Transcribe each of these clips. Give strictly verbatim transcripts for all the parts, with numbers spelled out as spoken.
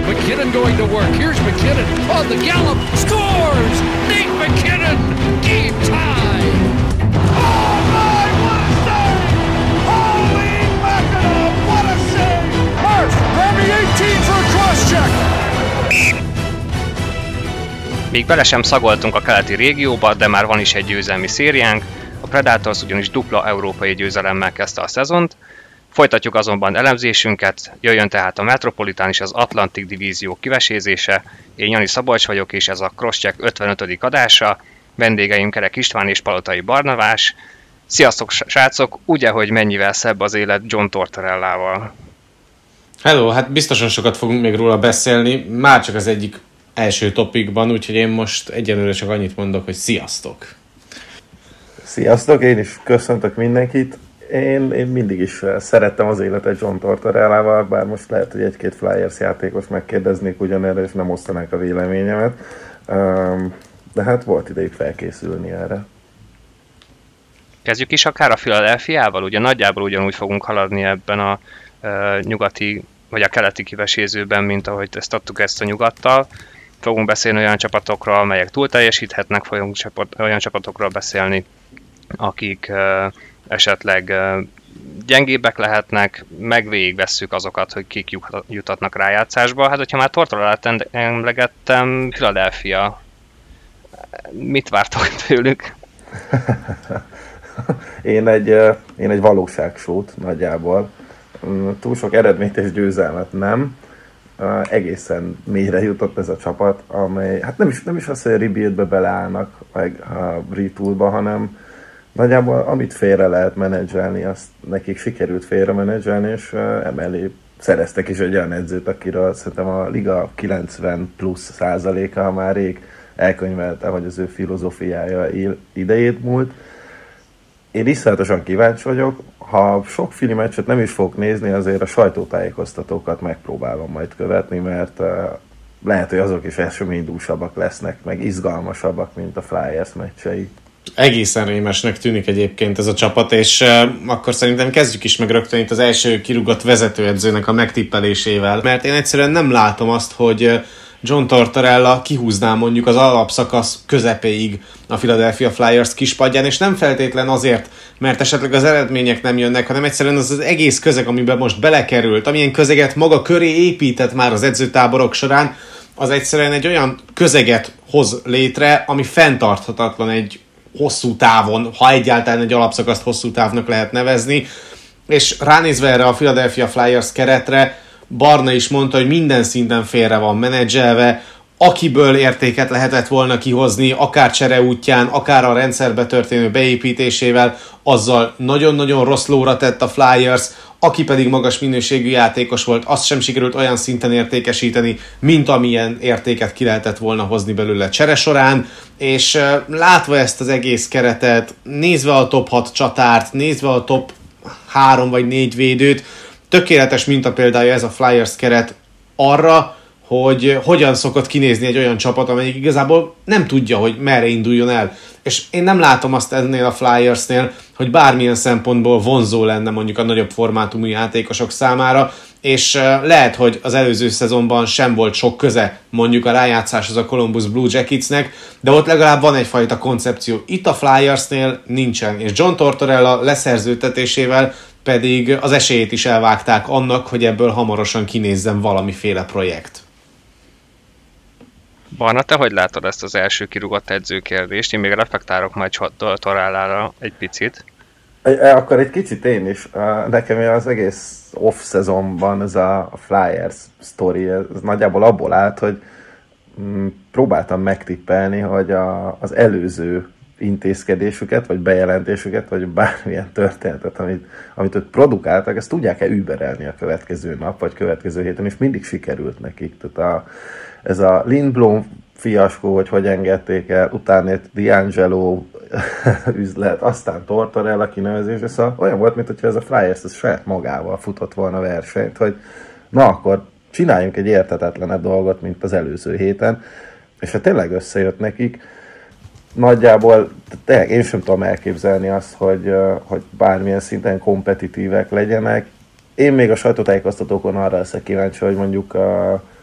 McKinnon going to work. Here's McKinnon on the gallop. Scores! Nate McKinnon! Game tie! Oh my, what a save! Holy mackerel, what a save! Murph, Remy eighteen for a cross-check! Még bele sem szagoltunk a keleti régióba, de már van is egy győzelmi szériánk. A Predators ugyanis dupla európai győzelemmel kezdte a szezont. Folytatjuk azonban elemzésünket, jöjjön tehát a Metropolitán és az Atlantic divízió kivesézése. Én Jani Szabolcs vagyok, és ez a Crosscheck ötvenötödik adása. Vendégeim Kerek István és Palotai Barnabás. Sziasztok srácok, ugye, hogy mennyivel szebb az élet John Tortorellával? Hello, hát biztosan sokat fogunk még róla beszélni, már csak az egyik első topikban, úgyhogy én most egyenlőre csak annyit mondok, hogy sziasztok! Sziasztok, én is köszöntök mindenkit. Én, én mindig is szerettem az életet John Tortorellával, bár most lehet, hogy egy-két Flyers játékos megkérdeznék ugyanerre, és nem osztanák a véleményemet. De hát volt idejük felkészülni erre. Kezdjük is akár a Philadelphiával, ugye nagyjából ugyanúgy fogunk haladni ebben a uh, nyugati, vagy a keleti kivesézőben, mint ahogy ezt adtuk ezt a nyugattal. Fogunk beszélni olyan csapatokról, amelyek túl teljesíthetnek, fogunk csapat, olyan csapatokról beszélni, akik uh, esetleg uh, gyengébbek lehetnek, meg végigvesszük azokat, hogy kik jutatnak rájátszásba. Hát, hogyha már Tortorellát emlegettem, Philadelphia, mit vártok tőlük? én, egy, én egy valóságsót nagyjából. Túl sok eredményt és győzelmet nem. Egészen mélyre jutott ez a csapat, amely, hát nem is, nem is az, hogy a rebuildbe beleállnak, meg a retoolba, hanem nagyjából amit félre lehet menedzselni, azt nekik sikerült félre menedzselni, és emellé szereztek is egy olyan edzőt, akiről szerintem a liga kilencven plusz százaléka már rég elkönyvelte, hogy az ő filozófiája idejét múlt. Én iszonyatosan kíváncsi vagyok, ha sok fili meccset nem is fogok nézni, azért a sajtótájékoztatókat megpróbálom majd követni, mert uh, lehet, hogy azok is eseménydúsabbak lesznek, meg izgalmasabbak, mint a Flyers meccsei. Egészen rémesnek tűnik egyébként ez a csapat, és uh, akkor szerintem kezdjük is meg rögtön itt az első kirúgott vezetőedzőnek a megtippelésével, mert én egyszerűen nem látom azt, hogy John Tortorella kihúzná mondjuk az alapszakasz közepéig a Philadelphia Flyers kispadján, és nem feltétlen azért, mert esetleg az eredmények nem jönnek, hanem egyszerűen az az egész közeg, amiben most belekerült, amilyen közeget maga köré épített már az edzőtáborok során, az egyszerűen egy olyan közeget hoz létre, ami fenntarthatatlan egy hosszú távon, ha egyáltalán egy alapszakaszt hosszú távnak lehet nevezni, és ránézve erre a Philadelphia Flyers keretre, Barna is mondta, hogy minden szinten félre van menedzselve, akiből értéket lehetett volna kihozni, akár csere útján, akár a rendszerbe történő beépítésével, azzal nagyon-nagyon rossz lóra tett a Flyers, aki pedig magas minőségű játékos volt, azt sem sikerült olyan szinten értékesíteni, mint amilyen értéket ki lehetett volna hozni belőle csere során, és látva ezt az egész keretet, nézve a top hat csatárt, nézve a top három vagy négy védőt, tökéletes mintapéldája ez a Flyers keret arra, hogy hogyan szokott kinézni egy olyan csapat, amelyik igazából nem tudja, hogy merre induljon el. És én nem látom azt ennél a Flyersnél, hogy bármilyen szempontból vonzó lenne mondjuk a nagyobb formátumú játékosok számára, és lehet, hogy az előző szezonban sem volt sok köze mondjuk a rájátszáshoz a Columbus Blue Jacketsnek, de ott legalább van egyfajta koncepció. Itt a Flyersnél nincsen, és John Tortorella leszerződtetésével pedig az esélyét is elvágták annak, hogy ebből hamarosan kinézzen valamiféle projekt. Barna, te hogy látod ezt az első kirúgott edzőkérdést? Én még reflektálok majd Torellára egy picit. Akkor egy kicsit én is. Nekem az egész off-szezonban ez a Flyers sztori, ez nagyjából abból állt, hogy próbáltam megtippelni, hogy a, az előző intézkedésüket, vagy bejelentésüket, vagy bármilyen történetet, amit, amit ők produkáltak, ezt tudják-e überelni a következő nap, vagy következő héten, és mindig sikerült nekik. Tehát a, ez a Lindblom fiaskó, hogy hogy engedték el, utána D'Angelo üzlet, aztán Tortorella kinevezés, szóval olyan volt, mintha ez a Flyers ez saját magával futott volna versenyt, hogy na akkor csináljunk egy érthetetlenebb dolgot, mint az előző héten, és ha tényleg összejött nekik, nagyjából tényleg én sem tudom elképzelni azt, hogy, hogy bármilyen szinten kompetitívek legyenek. Én még a sajtótájékoztatókon arra leszek kíváncsi, hogy mondjuk a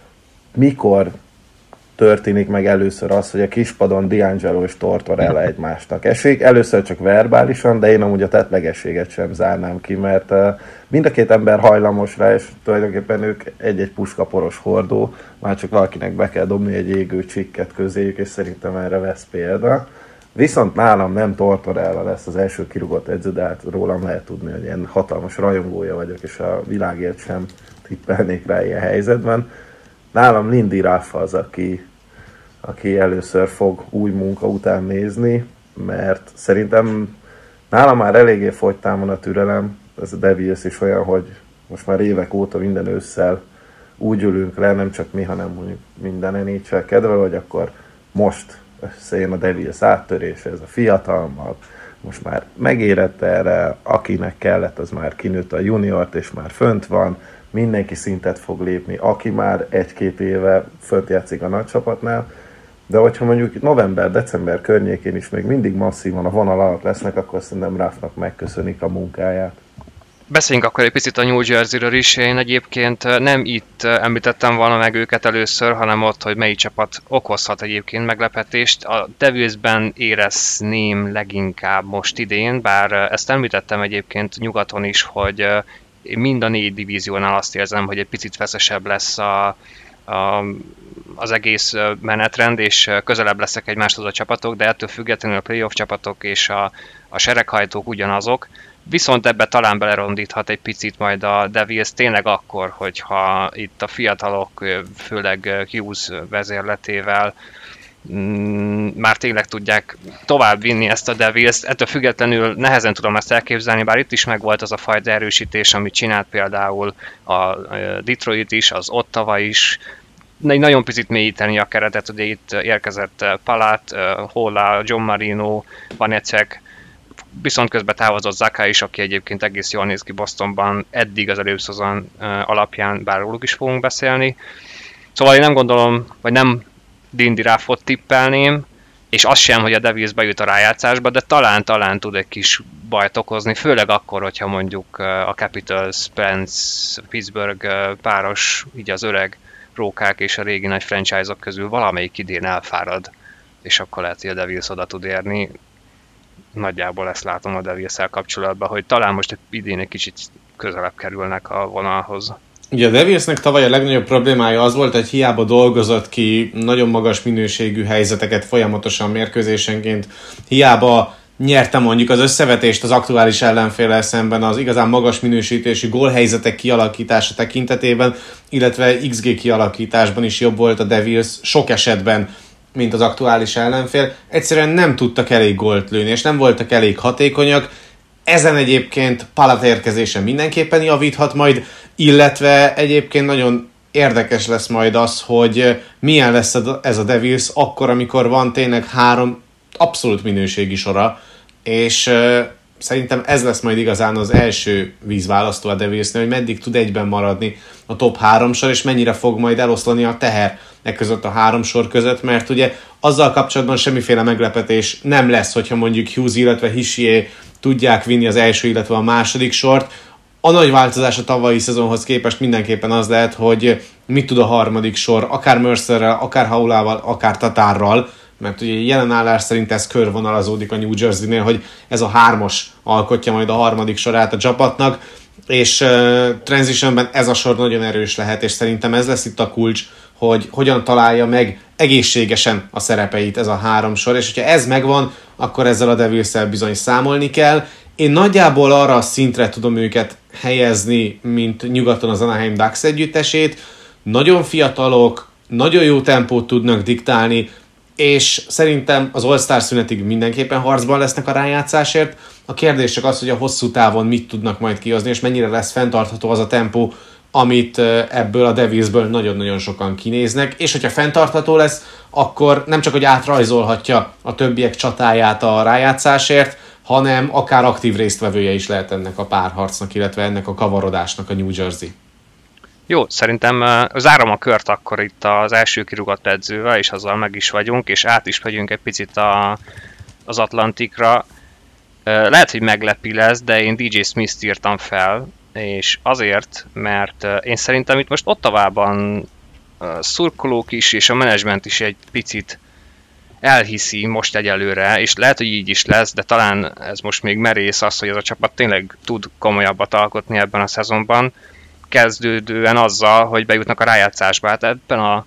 mikor történik meg először az, hogy a kispadon D'Angelo és Tortorella egymásnak esik. Először csak verbálisan, de én amúgy a tettlegességet sem zárnám ki, mert mind a két ember hajlamos rá, és tulajdonképpen ők egy-egy puskaporos hordó, már csak valakinek be kell dobni egy égő csikket közéjük, és szerintem erre vesz példa. Viszont nálam nem Tortorella lesz az első kirúgott edző, de hát rólam lehet tudni, hogy ilyen hatalmas rajongója vagyok, és a világért sem tippelnék rá ilyen helyzetben. Nálam Lindy Ruff az, aki, aki először fog új munka után nézni, mert szerintem nálam már eléggé fogytán van a türelem. Ez a Devils is olyan, hogy most már évek óta minden ősszel úgy ülünk le, nem csak mi, hanem mondjuk minden en há el kedvel, hogy akkor most összejön a Devils áttörése, ez a fiatal mag, most már megérett erre, akinek kellett, az már kinőtt a juniort, és már fönt van, mindenki szintet fog lépni, aki már egy-két éve fönt játszik a nagy csapatnál, de hogyha mondjuk november-december környékén is még mindig masszívan a vonal alatt lesznek, akkor szerintem Ruffnak megköszönik a munkáját. Beszéljünk akkor egy picit a New Jersey-ről is. Én egyébként nem itt említettem volna meg őket először, hanem ott, hogy melyik csapat okozhat egyébként meglepetést. A Devilsben érezném leginkább most idén, bár ezt említettem egyébként nyugaton is, hogy mind a négy divíziónál azt érzem, hogy egy picit feszesebb lesz a, a, az egész menetrend, és közelebb leszek egymáshoz a csapatok, de ettől függetlenül a playoff csapatok és a, a sereghajtók ugyanazok. Viszont ebbe talán belerondíthat egy picit majd a Devils tényleg akkor, hogyha itt a fiatalok, főleg Hughes vezérletével már tényleg tudják tovább vinni ezt a Devils-t. Ettől függetlenül nehezen tudom ezt elképzelni, bár itt is megvolt az a fajta erősítés, amit csinált például a Detroit is, az Ottawa is. Egy nagyon picit mélyíteni a keretet, ugye itt érkezett Palat, Holla, John Marino, Vanecek, viszont közben távozott Zaka is, aki egyébként egész jól néz ki Bostonban eddig az előbb szezon alapján, bár róluk is fogunk beszélni. Szóval én nem gondolom, vagy nem Lindy Ruffot tippelném, és az sem, hogy a Devils bejut a rájátszásba, de talán-talán tud egy kis bajt okozni, főleg akkor, hogyha mondjuk a Capitals, Spence, Pittsburgh páros, így az öreg rókák és a régi nagy franchise-ok közül valamelyik idén elfárad, és akkor lehet, hogy a Devils oda tud érni. Nagyjából ezt látom a Devils-szel kapcsolatban, hogy talán most idén egy kicsit közelebb kerülnek a vonalhoz. Ugye a Devilsnek tavaly a legnagyobb problémája az volt, hogy hiába dolgozott ki nagyon magas minőségű helyzeteket folyamatosan mérkőzésenként, hiába nyerte mondjuk az összevetést az aktuális ellenféllel szemben az igazán magas minősítésű gólhelyzetek kialakítása tekintetében, illetve iksz gé kialakításban is jobb volt a Devils sok esetben, mint az aktuális ellenfél. Egyszerűen nem tudtak elég gólt lőni, és nem voltak elég hatékonyak. Ezen egyébként Palat érkezése mindenképpen javíthat majd, illetve egyébként nagyon érdekes lesz majd az, hogy milyen lesz ez a Devils akkor, amikor van tényleg három abszolút minőségi sora, és uh, szerintem ez lesz majd igazán az első vízválasztó a Devilsnél, hogy meddig tud egyben maradni a top három sor, és mennyire fog majd eloszlani a teher e között a három sor között, mert ugye azzal kapcsolatban semmiféle meglepetés nem lesz, hogyha mondjuk Hughes, illetve Hischier tudják vinni az első, illetve a második sort. A nagy változás a tavalyi szezonhoz képest mindenképpen az lehet, hogy mit tud a harmadik sor, akár Mercerrel, akár Haulával, akár Tatárral, mert ugye jelen állás szerint ez körvonalazódik a New Jersey-nél, hogy ez a hármas alkotja majd a harmadik sorát a csapatnak, és uh, transitionben ez a sor nagyon erős lehet, és szerintem ez lesz itt a kulcs, hogy hogyan találja meg egészségesen a szerepeit ez a három sor, és hogyha ez megvan, akkor ezzel a Devils-szel bizony számolni kell. Én nagyjából arra a szintre tudom őket helyezni, mint nyugaton az Anaheim Ducks együttesét. Nagyon fiatalok, nagyon jó tempót tudnak diktálni, és szerintem az All-Star szünetig mindenképpen harcban lesznek a rájátszásért. A kérdés csak az, hogy a hosszú távon mit tudnak majd kihozni, és mennyire lesz fenntartható az a tempó, amit ebből a Devilsből nagyon-nagyon sokan kinéznek, és hogyha fenntartható lesz, akkor nem csak, hogy átrajzolhatja a többiek csatáját a rájátszásért, hanem akár aktív résztvevője is lehet ennek a párharcnak, illetve ennek a kavarodásnak a New Jersey. Jó, szerintem uh, zárom a kört akkor itt az első kirúgott edzővel, és azzal meg is vagyunk, és át is megyünk egy picit a, az Atlantikra. Uh, lehet, hogy meglepi lesz, de én dé jé Smith-t írtam fel, és azért, mert uh, én szerintem itt most Ottawában szurkolók is, és a menedzsment is egy picit elhiszi most egyelőre, és lehet, hogy így is lesz, de talán ez most még merész az, hogy ez a csapat tényleg tud komolyabbat alkotni ebben a szezonban, kezdődően azzal, hogy bejutnak a rájátszásba. Hát ebben a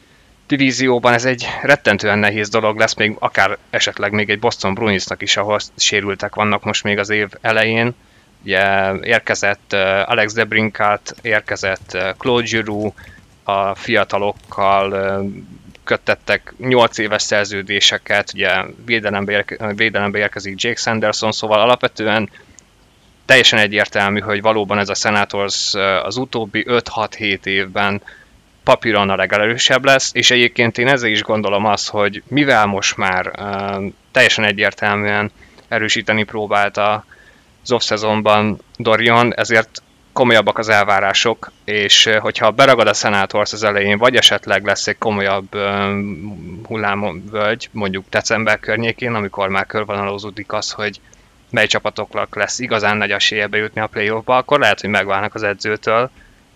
divízióban ez egy rettentően nehéz dolog lesz, még akár esetleg még egy Boston Bruinsnak is, ahol sérültek vannak most még az év elején. Ugye érkezett Alex DeBrincat, érkezett Claude Giroux, a fiatalokkal köttettek nyolc éves szerződéseket, ugye védelembe, érke, védelembe érkezik Jake Sanderson, szóval alapvetően teljesen egyértelmű, hogy valóban ez a Senators az utóbbi öt-hat-hét évben papíron a legerősebb lesz, és egyébként én ezzel is gondolom azt, hogy mivel most már uh, teljesen egyértelműen erősíteni próbálta az off-szezonban Dorion, ezért komolyabbak az elvárások, és hogyha beragad a Senators az elején, vagy esetleg lesz egy komolyabb um, hullámvölgy, mondjuk december környékén, amikor már körvonalozódik az, hogy mely csapatoknak lesz igazán nagy esélye bejutni a playoffba, akkor lehet, hogy megválnak az edzőtől,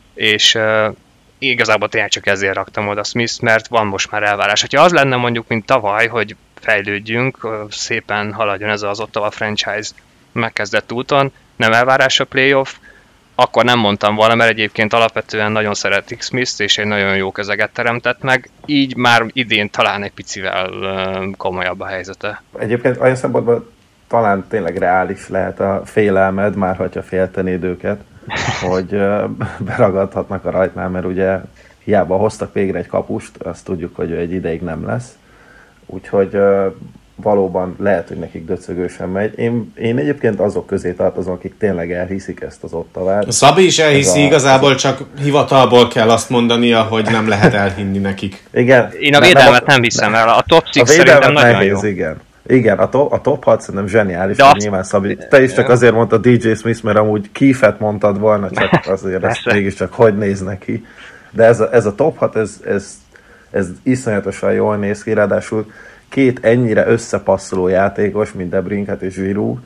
és uh, igazából tényleg csak ezért raktam oda Smith, mert van most már elvárás. Ha az lenne mondjuk, mint tavaly, hogy fejlődjünk, szépen haladjon ez az Ottawa franchise megkezdett úton, nem elvárás a playoff, akkor nem mondtam volna, mert egyébként alapvetően nagyon szeretik Smith-t, és egy nagyon jó közeget teremtett meg, így már idén talán egy picivel komolyabb a helyzete. Egyébként olyan szempontból talán tényleg reális lehet a félelmed, már hogyha féltenéd őket, hogy beragadhatnak a rajtnál, mert ugye hiába hoztak végre egy kapust, azt tudjuk, hogy ő egy ideig nem lesz. Úgyhogy valóban lehet, hogy nekik döcögősen megy. Én, én egyébként azok közé tartozom, akik tényleg elhiszik ezt az Ottawát. A Szabi is elhiszi, a, igazából az... csak hivatalból kell azt mondania, hogy nem lehet elhinni nekik. Igen. Én a védelmet nem, nem hiszem el, a top hat szerintem nagyon nehéz, jó. Igen. Igen, a top, a top hat szerintem zseniális, de nyilván Szabi. Te is csak azért mondtad dé dzsé Smith, mert amúgy Keith-et mondtad volna, csak azért ezt mégiscsak hogy néz neki. De ez a, ez a top hat, ez, ez, ez iszonyatosan jól néz ki, ráadásul két ennyire összepasszoló játékos, mint DeBrincat és Giroux. Uh,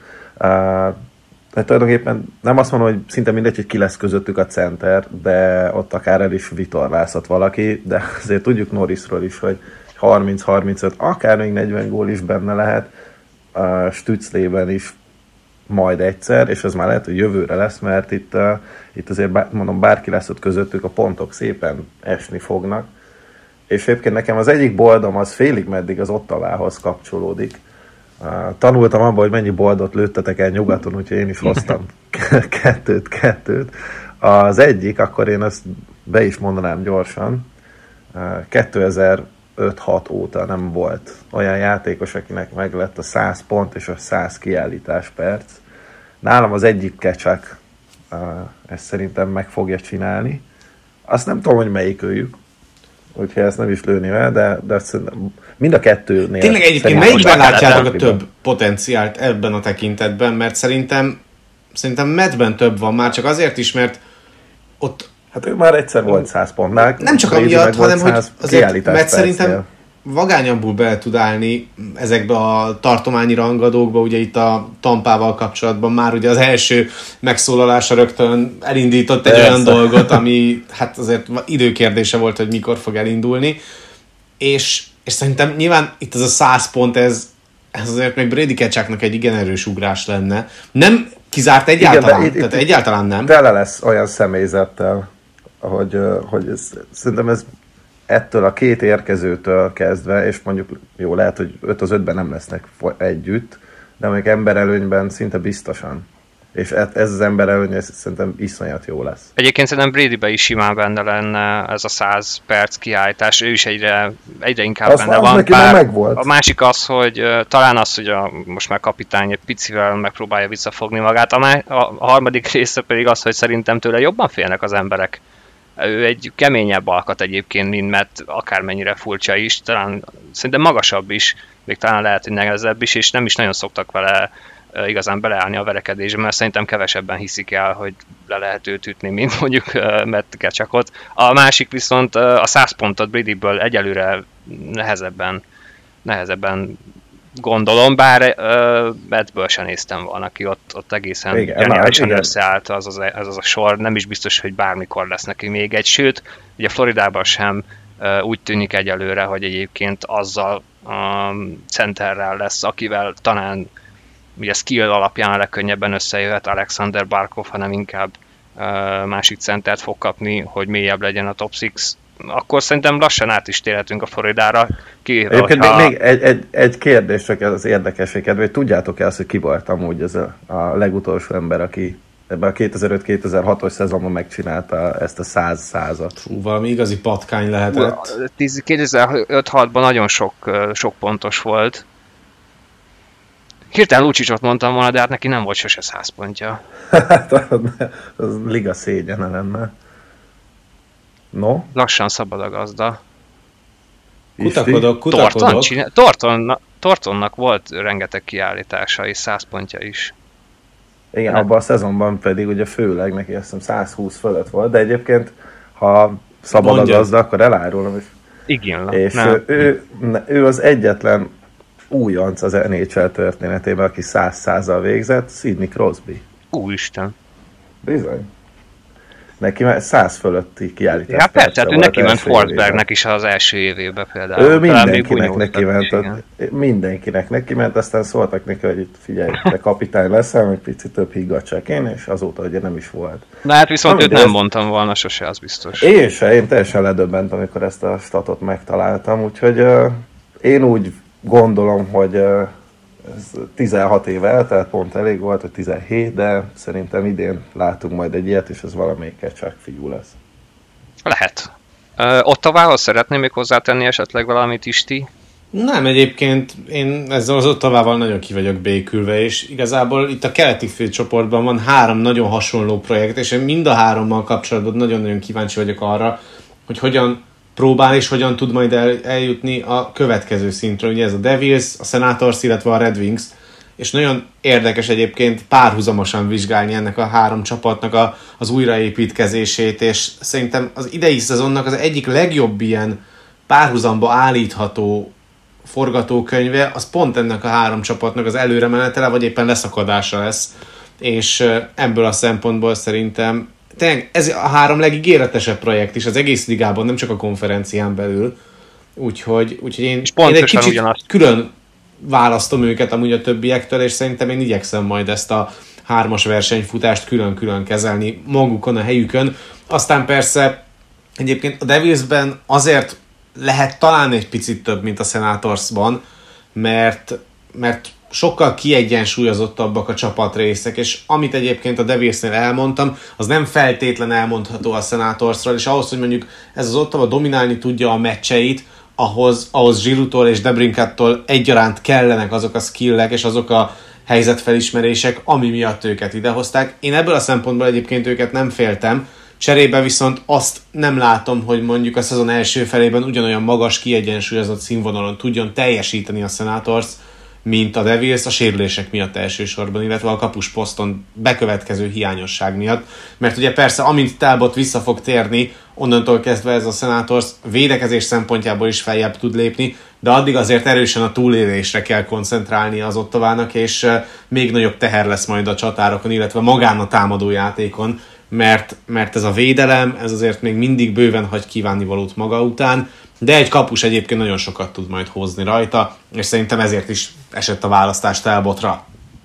tehát tulajdonképpen nem azt mondom, hogy szinte mindegy, hogy ki lesz közöttük a center, de ott akár el is vitorlázhat valaki, de azért tudjuk Norrisról is, hogy harminc-harmincöt, akár még negyven gól is benne lehet, uh, Stützlében is majd egyszer, és ez már lehet, hogy jövőre lesz, mert itt, uh, itt azért bár, mondom, bárki lesz ott közöttük, a pontok szépen esni fognak. És egyébként nekem az egyik boldom az félig meddig az Ottavához kapcsolódik. Uh, tanultam abban, hogy mennyi boldot lőttetek el nyugaton, úgyhogy én is hoztam kettőt-kettőt. Az egyik, akkor én ezt be is mondanám gyorsan, uh, kétezer-öt-hat óta nem volt olyan játékos, akinek meg lett a száz pont és a száz kiállítás perc. Nálam az egyik Kecsák uh, ezt szerintem meg fogja csinálni. Azt nem tudom, hogy melyik őjük, úgyhogy ezt nem is lőni vele, de, de mind a kettőnél... Tényleg egyébként melyikben látjátok a több potenciált ebben a tekintetben, mert szerintem szerintem Mattben több van, már csak azért is, mert ott... Hát ő már egyszer volt száz pontnál. Nem csak amiatt, hanem hogy azért Matt szerintem vagányabbul bele tud állni ezekbe a tartományi rangadókba, ugye itt a Tampával kapcsolatban már ugye az első megszólalása rögtön elindított egy Persze. olyan dolgot, ami hát azért időkérdése volt, hogy mikor fog elindulni, és, és szerintem nyilván itt az a száz pont, ez, ez azért még Brady Ketchuknak egy igen erős ugrás lenne. Nem kizárt egyáltalán, igen, tehát itt, egyáltalán nem. Tele lesz olyan személyzettel, hogy, hogy ez, szerintem ez ettől a két érkezőtől kezdve, és mondjuk jó, lehet, hogy öt az ötben nem lesznek együtt, de mondjuk emberelőnyben szinte biztosan. És ez az emberelőny, ez szerintem iszonyat jó lesz. Egyébként szerintem Bradybe is simán benne lenne ez a száz perc kiállítás, ő is egyre, egyre inkább Azt benne az van. Neki már megvolt. A másik az, hogy uh, talán az, hogy a, most már kapitány egy picivel megpróbálja visszafogni magát, a, má, a, a harmadik része pedig az, hogy szerintem tőle jobban félnek az emberek. Ő egy keményebb alkat egyébként, mint Matt, akármennyire furcsa is, talán szerintem magasabb is, még talán lehet, hogy nehezebb is, és nem is nagyon szoktak vele uh, igazán beleállni a verekedésbe, mert szerintem kevesebben hiszik el, hogy le lehet őt ütni, mint mondjuk uh, Matt Ketchukot. A másik viszont uh, a száz pontot Bradyből egyelőre nehezebben, nehezebben gondolom, bár uh, ebből sem néztem volna ki, ott, ott egészen geniálisan összeállt az az, az az a sor, nem is biztos, hogy bármikor lesz neki még egy, sőt, ugye Floridában sem uh, úgy tűnik egyelőre, hogy egyébként azzal a um, centerrel lesz, akivel talán ugye skill alapján a legkönnyebben összejöhet Alexander Barkov, hanem inkább uh, másik centert fog kapni, hogy mélyebb legyen a top hat. Akkor szerintem lassan át is térhetünk a Floridára. Ki, Egyébként hogyha... még, még egy, egy, egy kérdés, csak az érdekességet, hogy tudjátok-e azt, hogy ki volt amúgy ez a, a legutolsó ember, aki ebben a kétezer-öt-kétezer-hatos szezonban megcsinálta ezt a száz százat. Hú, valami igazi patkány lehetett. kétezer-öt-hatban nagyon sok, sok pontos volt. Hirtelen Lucicsot mondtam volna, de hát neki nem volt sose száz pontja. Hát az liga szégyene lenne. No? Lassan szabad a gazda. Kutakodok, kutakodok. Torton csinál, Torton, Tortonnak volt rengeteg kiállítása és száz pontja is. Igen, nem. Abban a szezonban pedig ugye főleg neki azt hiszem száz húsz fölött volt, de egyébként ha szabad Mondja. a gazda, akkor elárulom is. Igen. És ő, ő, ő az egyetlen újonc az en há el történetében, aki száz százzal végzett, Sidney Crosby. Úristen. Bizony. Neki már száz fölötti kiállítás. Ja, persze, tehát ő neki ment Forsbergnek is az első évében például. Ő mindenkinek neki ment, mindenkinek neki ment, aztán szóltak neki, hogy itt figyelj, te kapitány leszel, egy picit több higgadság én, és azóta ugye nem is volt. Na hát viszont őt nem ezt... mondtam volna sose, az biztos. Én se, én teljesen ledöbbentem, amikor ezt a statot megtaláltam, úgyhogy uh, én úgy gondolom, hogy uh, ez tizenhat éve eltelt, pont elég volt, hogy tizenhét, de szerintem idén látunk majd egy ilyet, és ez valamelyik Kecsák fiú lesz. Lehet. Ö, Ottavához szeretném még hozzátenni esetleg valamit, Isti? Nem, egyébként én ezzel az Ottavával nagyon ki vagyok békülve, és igazából itt a keleti főcsoportban van három nagyon hasonló projekt, és én mind a hárommal kapcsolatban nagyon-nagyon kíváncsi vagyok arra, hogy hogyan próbál és hogyan tud majd el, eljutni a következő szintre. Ugye ez a Devils, a Senators, illetve a Red Wings, és nagyon érdekes egyébként párhuzamosan vizsgálni ennek a három csapatnak a, az újraépítkezését, és szerintem az idei szezonnak az egyik legjobb ilyen párhuzamba állítható forgatókönyve, az pont ennek a három csapatnak az előremenetele, vagy éppen leszakadása lesz, és ebből a szempontból szerintem tényleg ez a három legígéretesebb projekt is az egész ligában, nem csak a konferencián belül. Úgyhogy, úgyhogy én, én egy kicsit ugyanazt. külön választom őket amúgy a többiektől, és szerintem én igyekszem majd ezt a hármas versenyfutást külön-külön kezelni magukon, a helyükön. Aztán persze egyébként a Devilsben azért lehet talán egy picit több, mint a Senatorsban, mert, mert sokkal kiegyensúlyozottabbak a csapatrészek, és amit egyébként a Devilsnél elmondtam, az nem feltétlen elmondható a Senatorsról, és ahhoz, hogy mondjuk ez az Ottawa dominálni tudja a meccseit, ahhoz, ahhoz Giroux-tól és DeBrincattól egyaránt kellenek azok a skillek, és azok a helyzetfelismerések, ami miatt őket idehozták. Én ebből a szempontból egyébként őket nem féltem, cserébe viszont azt nem látom, hogy mondjuk a szezon első felében ugyanolyan magas, kiegyensúlyozott színvonalon tudjon teljesíteni a Senators, mint a Devils a sérülések miatt elsősorban, illetve a kapusposzton bekövetkező hiányosság miatt. Mert ugye persze, amint Talbot vissza fog térni, onnantól kezdve ez a Senators védekezés szempontjából is feljebb tud lépni, de addig azért erősen a túlélésre kell koncentrálni az Ottavának, és még nagyobb teher lesz majd a csatárokon, illetve magán a támadójátékon, mert, mert ez a védelem, ez azért még mindig bőven hagy kívánnivalót maga után, de egy kapus egyébként nagyon sokat tud majd hozni rajta, és szerintem ezért is esett a választás Talbotra.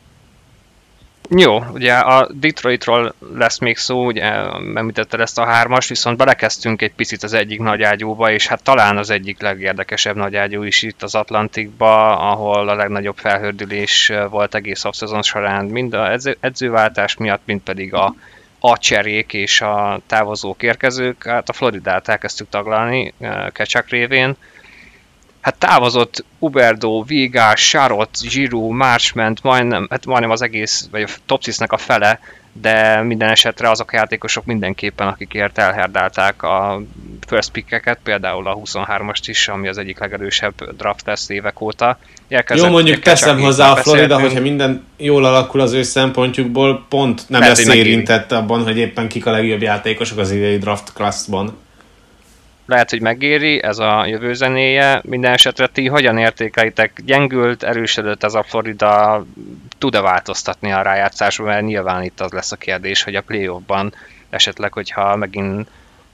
Jó, ugye a Detroitról lesz még szó, ugye említetted ezt a hármas, viszont belekezdtünk egy picit az egyik nagyágyúba, és hát talán az egyik legérdekesebb nagyágyú is itt az Atlantikba, ahol a legnagyobb felhördülés volt egész off-szezon során, mind az edzőváltás miatt, mind pedig a a cserék és a távozók érkezők, hát a Floridát elkezdtük taglalni Kecsák révén. Hát távozott Huberdeau, Vigás, Charrot, Giroux, Marchment, majdnem, hát majdnem az egész, vagy a top hatnak a fele, de minden esetre azok a játékosok mindenképpen, akikért elherdálták a first pickeket, például a huszonhármast is, ami az egyik legerősebb draft lesz évek óta. Jó, mondjuk teszem hozzá a Florida, hogyha minden jól alakul az ő szempontjukból, pont nem lesz érintett abban, hogy éppen kik a legjobb játékosok az idei draft classban. lehet, hogy megéri, ez a jövő zenéje. Minden esetre ti hogyan értékelitek? Gyengült, erősödött ez a Florida, tud-e változtatni a rájátszásban? Mert nyilván itt az lesz a kérdés, hogy a playoffban esetleg, hogyha megint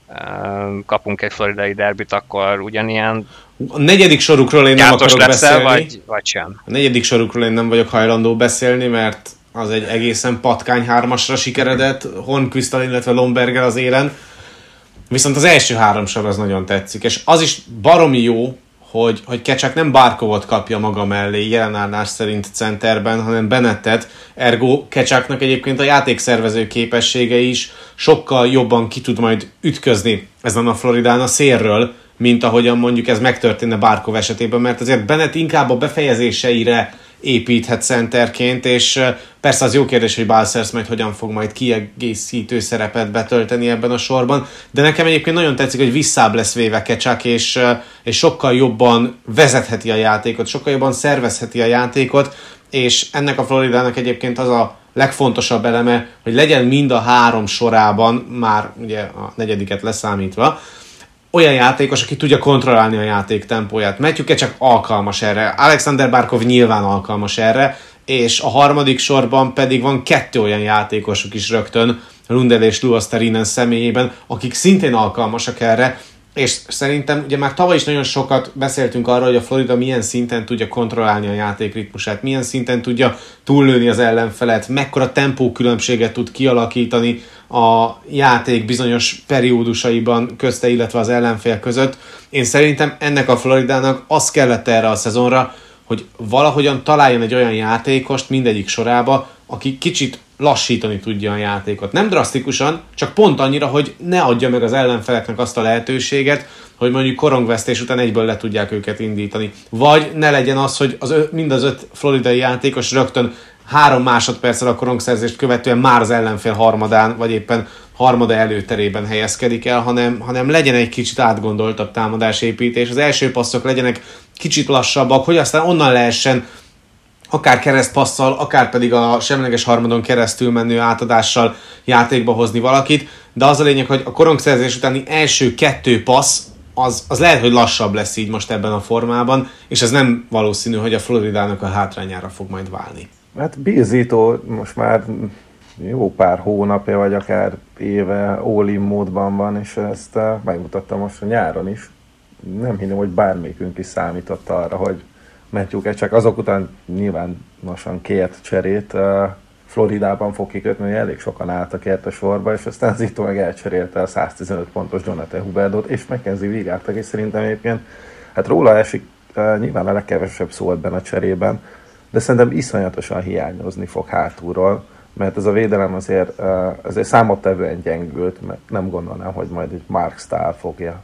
uh, kapunk egy floridai derbit, akkor ugyanilyen a negyedik sorukról én nem akarok beszélni. Vagy, vagy sem. A negyedik sorukról én nem vagyok hajlandó beszélni, mert az egy egészen patkány hármasra sikeredett Hornquisttal, illetve Lomberggel az élen. Viszont az első három sor az nagyon tetszik, és az is baromi jó, hogy, hogy Kecsák nem Barkovot kapja maga mellé jelenállás szerint centerben, hanem Bennettet, ergo Kecsáknak egyébként a játékszervező képessége is sokkal jobban ki tud majd ütközni ezen a Floridán a szélről, mint ahogyan mondjuk ez megtörténne Barkov esetében, mert azért Bennett inkább a befejezéseire építhet centerként, és persze az jó kérdés, hogy Balcerz majd hogyan fog majd kiegészítő szerepet betölteni ebben a sorban, de nekem egyébként nagyon tetszik, hogy visszább lesz véve Kecsák, és, és sokkal jobban vezetheti a játékot, sokkal jobban szervezheti a játékot, és ennek a Floridának egyébként az a legfontosabb eleme, hogy legyen mind a három sorában, már ugye a negyediket leszámítva, olyan játékos, aki tudja kontrollálni a játék tempóját. Matthew Tkachuk alkalmas erre, Alexander Barkov nyilván alkalmas erre, és a harmadik sorban pedig van kettő olyan játékosuk is rögtön, Lundell és Luostarinen személyében, akik szintén alkalmasak erre, és szerintem ugye már tavaly is nagyon sokat beszéltünk arról, hogy a Florida milyen szinten tudja kontrollálni a játék ritmusát, milyen szinten tudja túllőni az ellenfelet, mekkora tempókülönbséget tud kialakítani a játék bizonyos periódusaiban közte, illetve az ellenfél között. Én szerintem ennek a Floridának az kellett erre a szezonra, hogy valahogyan találjon egy olyan játékost mindegyik sorába, aki kicsit lassítani tudja a játékot. Nem drasztikusan, csak pont annyira, hogy ne adja meg az ellenfeleknek azt a lehetőséget, hogy mondjuk korongvesztés után egyből le tudják őket indítani. Vagy ne legyen az, hogy az ö- mind az öt floridai játékos rögtön három másodperccel a korongszerzést követően már az ellenfél harmadán, vagy éppen harmada előterében helyezkedik el, hanem, hanem legyen egy kicsit átgondoltabb támadásépítés. Az első passzok legyenek kicsit lassabbak, hogy aztán onnan lehessen akár keresztpasszal, akár pedig a semleges harmadon keresztül menő átadással játékba hozni valakit, de az a lényeg, hogy a korongszerzés utáni első kettő passz, az, az lehet, hogy lassabb lesz így most ebben a formában, és ez nem valószínű, hogy a Floridának a hátrányára fog majd válni. Hát Bill Zito most már jó pár hónapja, vagy akár éve all-in módban van, és ezt megmutatta most a nyáron is. Nem hinném, hogy bármelyikünk is számított arra, hogy Matthew csak azok után nyilvánosan kért cserét Floridában fog kikötni, hogy elég sokan álltak ért a sorba, és aztán Zito meg elcserélte a száztizenöt pontos Jonathan Huberdeaut, és Mackenzie Weegardt, aki szerintem egyébként, hát róla esik, nyilván a legkevesebb szó ebben a cserében, de szerintem iszonyatosan hiányozni fog hátulról, mert ez a védelem azért, azért számottevően gyengült, mert nem gondolnám, hogy majd egy Mark Stahl fogja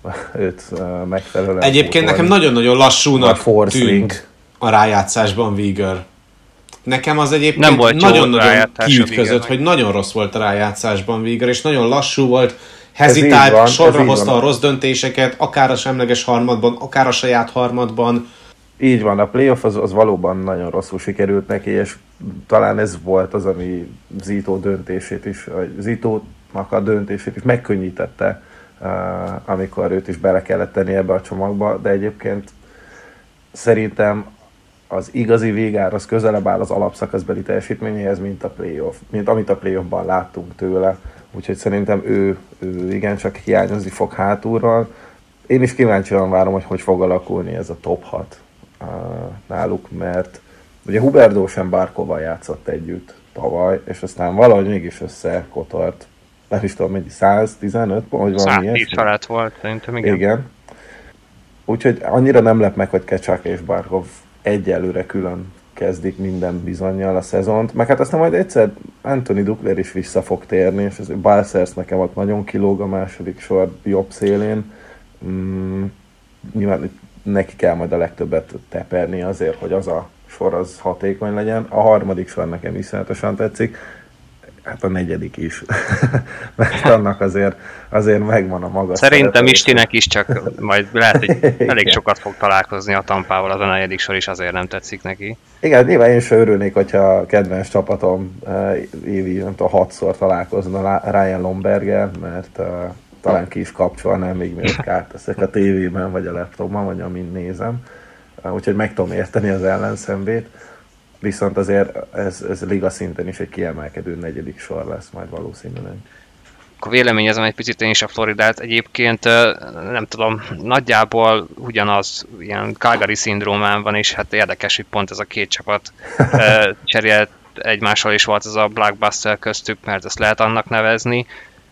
őt megfelelően. Egyébként nekem nagyon-nagyon lassúnak tűnt a rájátszásban Weegar. Nekem az egyébként nagyon-nagyon kiütközött, hogy nagyon rossz volt a rájátszásban Weegar, és nagyon lassú volt, hezitált, sorra hozta a rossz döntéseket, akár a semleges harmadban, akár a saját harmadban. Így van, a playoff az, az valóban nagyon rosszul sikerült neki, és talán ez volt az, ami Zito döntését is, Zitónak a döntését is megkönnyítette, amikor őt is bele kellett tenni ebbe a csomagba, de egyébként szerintem az igazi Weegardt az közelebb áll az alapszakaszbeli teljesítményéhez, mint a playoff, mint amit a playoffban láttunk tőle, úgyhogy szerintem ő, ő igencsak hiányozni fog hátulról. Én is kíváncsian várom, hogy hogy fog alakulni ez a top hat uh, náluk, mert ugye Huberdeau sem Barkovval játszott együtt tavaly, és aztán valahogy mégis összekotort, nem is tudom, mennyi, száztizenöt pont, vagy valami száztíz felett volt, szerintem, igen. Igen. Úgyhogy annyira nem lep meg, hogy Tkachuk és Barkov egyelőre külön kezdik minden bizonnyal a szezont, meg hát aztán majd egyszer Anthony Duclair is vissza fog térni, és ez Balcerz nekem ott nagyon kilóg a második sor jobb szélén. Mm, nyilván neki kell majd a legtöbbet teperni azért, hogy az a sor az hatékony legyen. A harmadik sor nekem iszonyatosan tetszik, hát a negyedik is, mert annak azért, azért megvan a maga. Szerintem Istinek is, csak majd lehet, hogy elég sokat fog találkozni a Tampával, az a negyedik sor is azért nem tetszik neki. Igen, nyilván én sem örülnék, hogyha a kedvenc csapatom évi, nem tudom, hatszor találkozna Ryan Lomberggel, mert talán ki is kapcsolnám még mielőtt átteszek a tévében, vagy a laptopban, vagy amin nézem. Úgyhogy meg tudom érteni az ellenszembét. Viszont azért ez, ez liga szinten is egy kiemelkedő negyedik sor lesz majd valószínűleg. Akkor véleményezem egy picit én is a Floridát. Egyébként nem tudom, nagyjából ugyanaz ilyen Calgary szindrómán van, és hát érdekes, hogy pont ez a két csapat cserélt egymással is volt ez a blockbuster köztük, mert ezt lehet annak nevezni.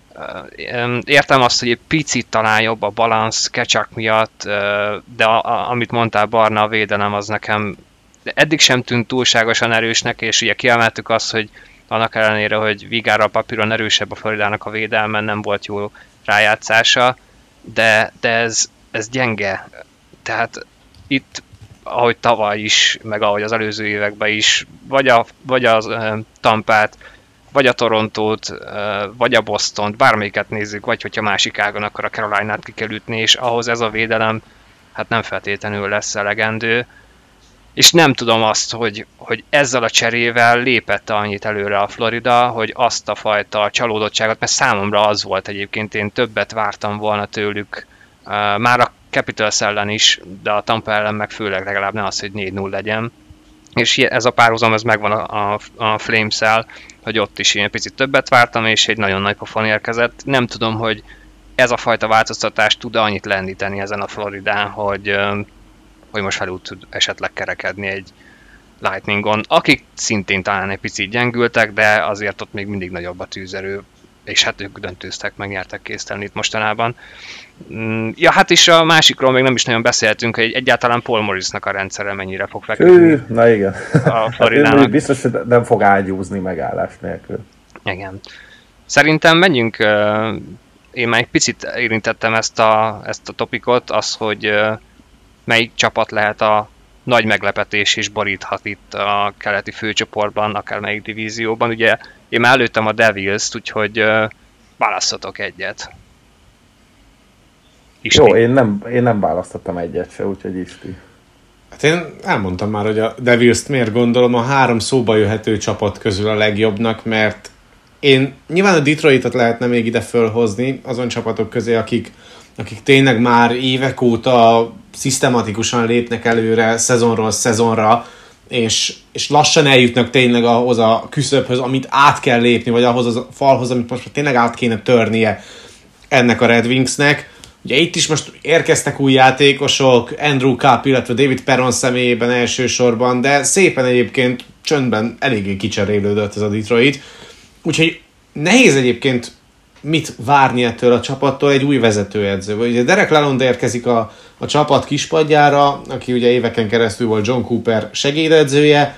Értem azt, hogy egy picit talán jobb a balansz Tkachuk miatt, de a, a, amit mondtál Barna, a védelem az nekem eddig sem tűnt túlságosan erősnek, és ugye kiemeltük azt, hogy annak ellenére, hogy Vigárral papíron erősebb a Floridának a védelmen, nem volt jó rájátszása, de, de ez, ez gyenge. Tehát itt, ahogy tavaly is, meg ahogy az előző években is, vagy, a, vagy az uh, Tampát, vagy a Torontót, uh, vagy a Bostont, bármelyiket nézzük, vagy hogyha másik ágon, akkor a Carolinát ki kell ütni, és ahhoz ez a védelem hát nem feltétlenül lesz elegendő. És nem tudom azt, hogy, hogy ezzel a cserével lépett annyit előre a Florida, hogy azt a fajta csalódottságot, mert számomra az volt egyébként, én többet vártam volna tőlük, uh, már a Capitals ellen is, de a Tampa ellen meg főleg legalább ne az, hogy négy null legyen. És ez a párhuzam, ez megvan a, a, a Flames-el, hogy ott is én egy picit többet vártam, és egy nagyon nagy pofon érkezett. Nem tudom, hogy ez a fajta változtatás tud annyit lendíteni ezen a Floridán, hogy... hogy most felül tud esetleg kerekedni egy Lightningon, akik szintén talán egy picit gyengültek, de azért ott még mindig nagyobb a tűzerő, és hát ők döntőztek, megnyertek Késztelenit mostanában. Ja, hát is a másikról még nem is nagyon beszéltünk, hogy egyáltalán Paul Morrisnak a rendszere mennyire fog feküdni. Na igen, a Floridának. Hát biztos, hogy nem fog ágyúzni megállás nélkül. Igen. Szerintem menjünk, én már egy picit érintettem ezt a, ezt a topikot, az, hogy melyik csapat lehet a nagy meglepetés és boríthat itt a keleti főcsoportban, akár melyik divízióban. Ugye én már előttem a Devils-t, úgyhogy uh, választhatok egyet. Isti. Jó, én nem, én nem választottam egyet se, úgyhogy Isti. Hát én elmondtam már, hogy a Devils-t miért gondolom a három szóba jöhető csapat közül a legjobbnak, mert én nyilván a Detroitot lehetne még ide fölhozni azon csapatok közé, akik akik tényleg már évek óta szisztematikusan lépnek előre szezonról szezonra, és, és lassan eljutnak tényleg ahhoz a küszöbhöz, amit át kell lépni, vagy ahhoz a falhoz, amit most tényleg át kéne törnie ennek a Red Wingsnek. Ugye itt is most érkeztek új játékosok, Andrew Copp, illetve David Perron személyében elsősorban, de szépen egyébként csöndben eléggé kicserélődött ez a Detroit. Úgyhogy nehéz egyébként mit várni ettől a csapattól egy új vezetőedző. Ugye Derek Lalonde érkezik a, a csapat kispadjára, aki ugye éveken keresztül volt John Cooper segédedzője.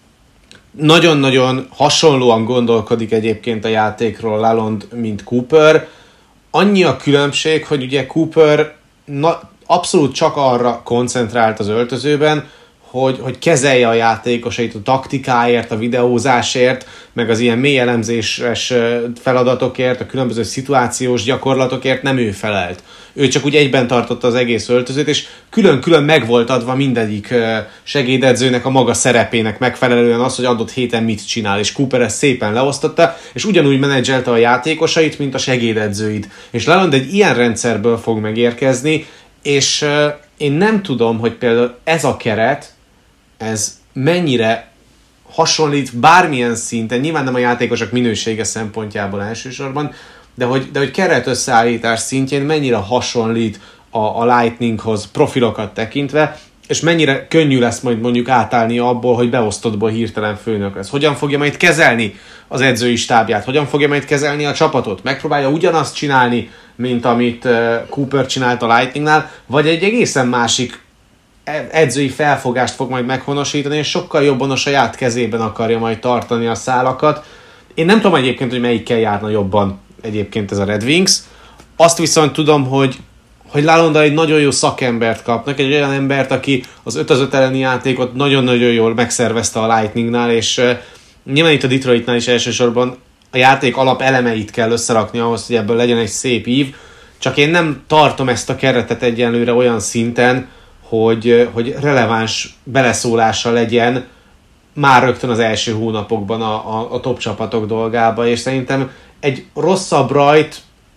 Nagyon-nagyon hasonlóan gondolkodik egyébként a játékról Lalonde, mint Cooper. Annyi a különbség, hogy ugye Cooper na, abszolút csak arra koncentrált az öltözőben, hogy, hogy kezelje a játékosait a taktikáért, a videózásért, meg az ilyen mély elemzéses feladatokért, a különböző szituációs gyakorlatokért nem ő felelt. Ő csak úgy egyben tartotta az egész öltözőt, és külön-külön meg volt adva mindegyik segédedzőnek a maga szerepének megfelelően az, hogy adott héten mit csinál, és Cooper ezt szépen leosztotta, és ugyanúgy menedzselte a játékosait, mint a segédedzőit. És Lalonde egy ilyen rendszerből fog megérkezni, és én nem tudom, hogy például ez a keret, ez mennyire hasonlít bármilyen szinten, nyilván nem a játékosok minősége szempontjából elsősorban, de hogy, de hogy keret összeállítás szintjén mennyire hasonlít a, a Lightninghoz profilokat tekintve, és mennyire könnyű lesz majd mondjuk átállni abból, hogy beosztottból hirtelen főnök lesz. Hogyan fogja majd kezelni az edzői stábját, hogyan fogja majd kezelni a csapatot, megpróbálja ugyanazt csinálni, mint amit Cooper csinált a Lightningnál, vagy egy egészen másik edzői felfogást fog majd meghonosítani, és sokkal jobban a saját kezében akarja majd tartani a szálakat. Én nem tudom egyébként, hogy melyikkel járna jobban egyébként ez a Red Wings. Azt viszont tudom, hogy, hogy Lalonde egy nagyon jó szakembert kapnak, egy olyan embert, aki az öt az öt elleni játékot nagyon-nagyon jól megszervezte a Lightningnál, és uh, nyilván itt a Detroitnál is elsősorban a játék alap elemeit kell összerakni ahhoz, hogy ebből legyen egy szép ív, csak én nem tartom ezt a keretet egyenlőre olyan szinten, hogy, hogy releváns beleszólása legyen már rögtön az első hónapokban a, a, a top csapatok dolgába, és szerintem egy rosszabb rajt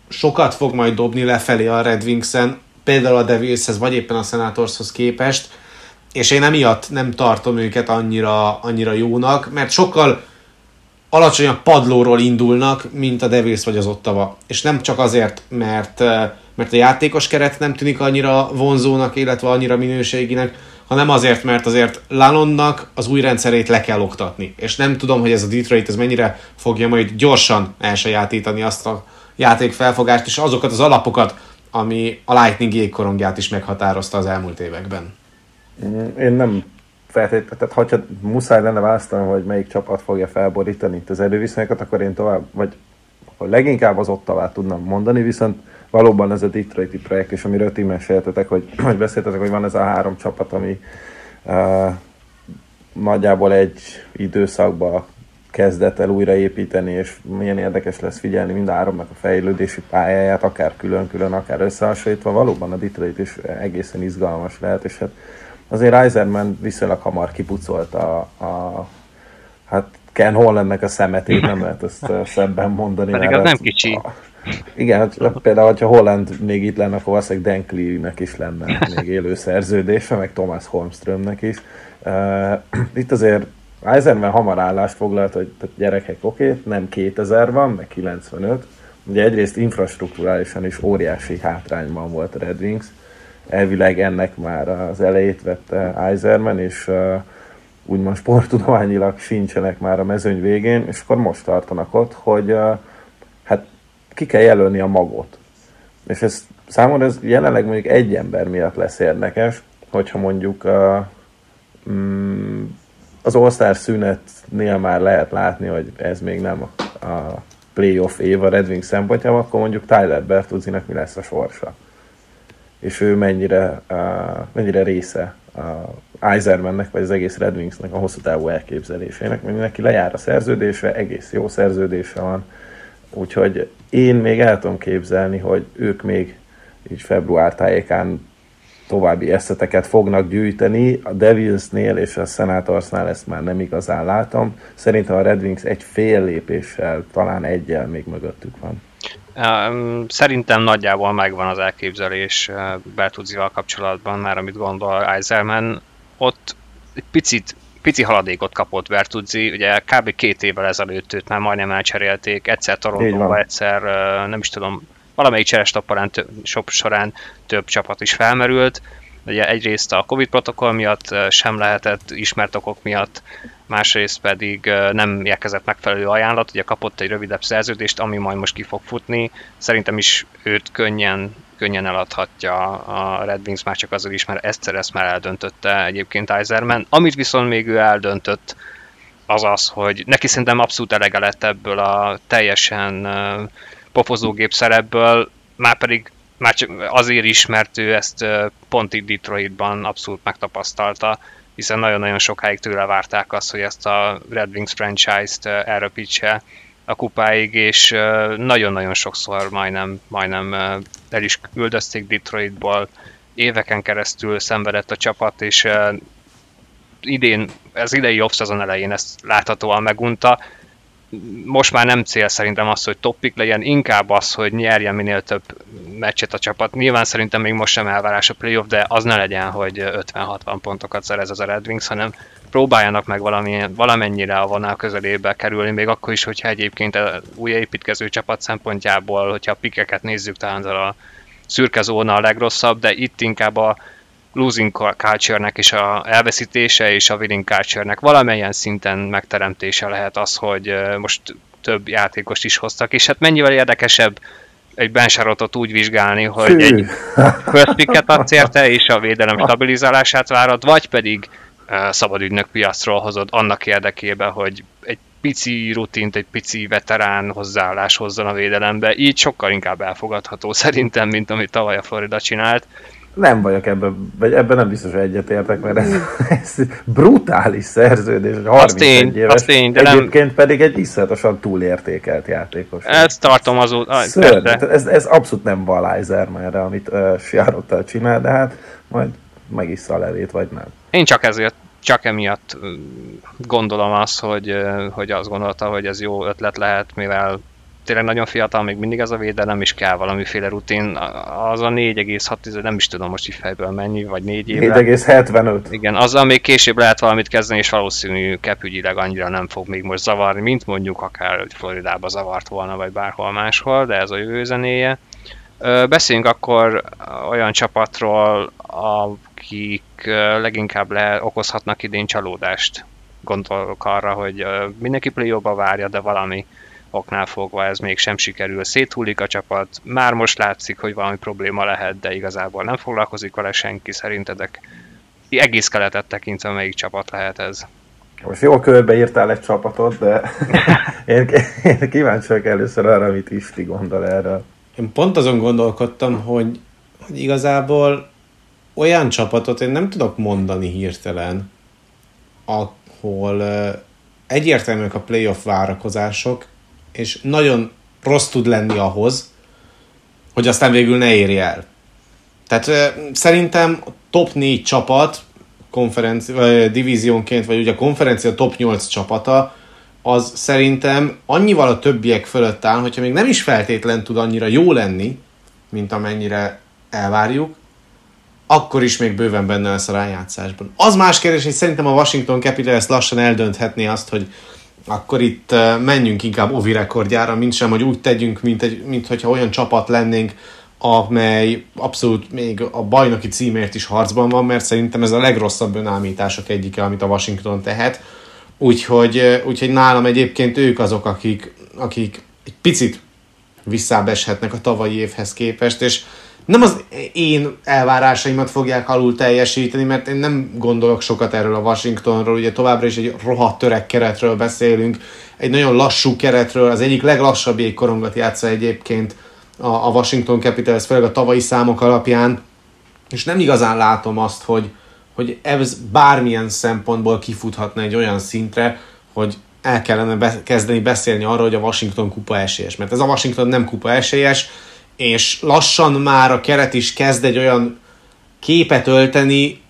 sokat fog majd dobni lefelé a Red Wings-en, például a Devilshez, vagy éppen a Senatorshoz képest, és én emiatt nem tartom őket annyira, annyira jónak, mert sokkal alacsonyabb padlóról indulnak, mint a Devils vagy az Ottawa. És nem csak azért, mert, mert a játékos keret nem tűnik annyira vonzónak, illetve annyira minőséginek, hanem azért, mert azért Lalonnak az új rendszerét le kell oktatni. És nem tudom, hogy ez a Detroit ez mennyire fogja majd gyorsan elsajátítani azt a játékfelfogást, és azokat az alapokat, ami a Lightning jégkorongját is meghatározta az elmúlt években. Én nem feltétlenül, tehát ha muszáj lenne választanom, hogy melyik csapat fogja felborítani itt az erőviszonyokat, akkor én tovább, vagy leginkább az Ottawát tudnám mondani, viszont valóban ez a Detroiti projekt, és amiről ti meséltetek, hogy, hogy beszéltetek, hogy van ez a három csapat, ami uh, nagyjából egy időszakban kezdett el újraépíteni, és milyen érdekes lesz figyelni mind a háromnak a fejlődési pályáját, akár külön-külön, akár összehasonlítva. Valóban a Detroit is egészen izgalmas lehet, és hát azért Yzerman viszonylag hamar kipucolta a, a hát Ken Hollandnek a szemetét, nem lehet ezt szebben mondani. Pedig az nem kicsi. A, igen, például, hogyha Holland még itt lenne, akkor valószínűleg Dan Cleary-nek is lenne még élő szerződése, meg Thomas Holmströmnek is. Uh, itt azért Yzerman hamar állást foglalt, hogy gyerekek, oké, okay, nem kétezer van, meg kilencvenöt. Ugye egyrészt infrastrukturálisan is óriási hátrányban volt a Red Wings. Elvileg ennek már az elejét vette Yzerman, és uh, úgymond sporttudományilag sincsenek már a mezőny végén, és akkor most tartanak ott, hogy uh, hát ki kell jelölni a magot. És ez számomra ez jelenleg mondjuk egy ember miatt lesz érdekes, hogyha mondjuk uh, mm, az All-Star szünetnél már lehet látni, hogy ez még nem a, a playoff év a Red Wings szempontjából, akkor mondjuk Tyler Bertuzzinak mi lesz a sorsa. És ő mennyire, uh, mennyire része a Yzermannek, vagy az egész Red Wingsnek a hosszú távú elképzelésének, mert neki lejár a szerződése, egész jó szerződése van, úgyhogy én még el tudom képzelni, hogy ők még így február tájékán további eszeteket fognak gyűjteni. A Devilsnél és a Senatorsnál ezt már nem igazán látom. Szerintem a Red Wings egy fél lépéssel, talán egyel még mögöttük van. Szerintem nagyjából megvan az elképzelés Bertuzzival kapcsolatban, már amit gondol Yzerman. Ott egy picit, pici haladékot kapott Bertuzzi, ugye kb. két évvel ezelőtt őt már majdnem elcserélték, egyszer Torontóba, egyszer nem is tudom, valamelyik cserestap során több csapat is felmerült. Ugye egyrészt a Covid protokoll miatt sem lehetett, ismert okok miatt, másrészt pedig nem érkezett megfelelő ajánlat, ugye kapott egy rövidebb szerződést, ami majd most ki fog futni. Szerintem is őt könnyen, könnyen eladhatja a Red Wings, már csak azért is, mert egyszer ezt már eldöntötte egyébként Yzerman. Amit viszont még ő eldöntött, az az, hogy neki szerintem abszolút elege lett ebből a teljesen pofozógép szerepből, már pedig már csak azért is, mert ő ezt pont itt Detroitban abszolút megtapasztalta, hiszen nagyon-nagyon sokáig tőle várták azt, hogy ezt a Red Wings franchise-t elröpítse a kupáig, és nagyon-nagyon sokszor majdnem, majdnem el is küldözték Detroitból. Éveken keresztül szenvedett a csapat, és idén, az idei off-szezon elején ezt láthatóan megunta. Most már nem cél szerintem az, hogy toppik legyen, inkább az, hogy nyerjen minél több meccset a csapat. Nyilván szerintem még most sem elvárás a playoff, de az ne legyen, hogy ötven-hatvan pontokat szerez az a Red Wings, hanem próbáljanak meg valami, valamennyire a vonal közelébe kerülni, még akkor is, hogyha egyébként a új építkező csapat szempontjából, hogyha a pikeket nézzük, talán a szürke zóna a legrosszabb, de itt inkább a losing culture-nek és a elveszítése és a winning culture-nek valamelyen szinten megteremtése lehet az, hogy most több játékost is hoztak, és hát mennyivel érdekesebb egy Ben Charlottot úgy vizsgálni, hogy Fű. egy first picket adsz érte, és a védelem stabilizálását várod, vagy pedig uh, szabad ügynök piacról hozod annak érdekében, hogy egy pici rutint, egy pici veterán hozzáállás hozzon a védelembe. Így sokkal inkább elfogadható szerintem, mint amit tavaly a Florida csinált. Nem vagyok ebben, vagy ebben nem biztos, hogy egyetértek, mert ez, ez brutális szerződés, harmincegy éves, tény, de egyébként nem... pedig egy iszonyatosan túlértékelt játékos. Ezt tartom azóta. Ez, ez abszolút nem val Yzermanre, amit uh, Chiarottal csinál, de hát majd megissza a levét, vagy nem. Én csak ezért, csak emiatt gondolom azt, hogy, hogy azt gondolta, hogy ez jó ötlet lehet, mivel tényleg nagyon fiatal, még mindig ez a védelem, és kell valamiféle rutin. Az a négy egész hat, nem is tudom most így fejből mennyi, vagy négy évre. négy egész hetvenöt. Igen, azzal még később lehet valamit kezdeni, és valószínű capügyileg annyira nem fog még most zavarni, mint mondjuk akár Floridába zavart volna, vagy bárhol máshol, de ez a jövő zenéje. Beszéljünk akkor olyan csapatról, akik leginkább le okozhatnak idén csalódást. Gondolok arra, hogy mindenki play-offba várja, de valami oknál fogva ez mégsem sikerül. Széthullik a csapat, már most látszik, hogy valami probléma lehet, de igazából nem foglalkozik vele senki. Szerintetek egész keletet tekintve melyik csapat lehet ez? Most jól körbeírtál egy csapatot, de én, én kíváncsi vagyok először arra, amit Isti gondol erről. Én pont azon gondolkodtam, hogy, hogy igazából olyan csapatot én nem tudok mondani hirtelen, ahol uh, egyértelműek a playoff várakozások, és nagyon rossz tud lenni ahhoz, hogy aztán végül ne érje el. Tehát uh, szerintem a top négy csapat, konferenci- vagy divíziónként, vagy ugye a konferencia top nyolc csapata, az szerintem annyival a többiek fölött áll, hogyha még nem is feltétlen tud annyira jó lenni, mint amennyire elvárjuk, akkor is még bőven benne lesz a rájátszásban. Az más kérdés, hogy szerintem a Washington Capitals lassan eldönthetné azt, hogy akkor itt menjünk inkább Ovi rekordjára, mint sem, hogy úgy tegyünk, mint, egy, mint hogyha olyan csapat lennénk, amely abszolút még a bajnoki címért is harcban van, mert szerintem ez a legrosszabb önállítások egyike, amit a Washington tehet. Úgyhogy, úgyhogy nálam egyébként ők azok, akik, akik egy picit visszábbeshetnek a tavalyi évhez képest, és nem az én elvárásaimat fogják alul teljesíteni, mert én nem gondolok sokat erről a Washingtonról, ugye továbbra is egy rohadt öreg keretről beszélünk, egy nagyon lassú keretről, az egyik leglassabb jégkorongat játsza egyébként a, a Washington Capitals, főleg a tavalyi számok alapján, és nem igazán látom azt, hogy, hogy ez bármilyen szempontból kifuthatna egy olyan szintre, hogy el kellene be- kezdeni beszélni arról, hogy a Washington kupa esélyes, mert ez a Washington nem kupa esélyes, és lassan már a keret is kezd egy olyan képet ölteni,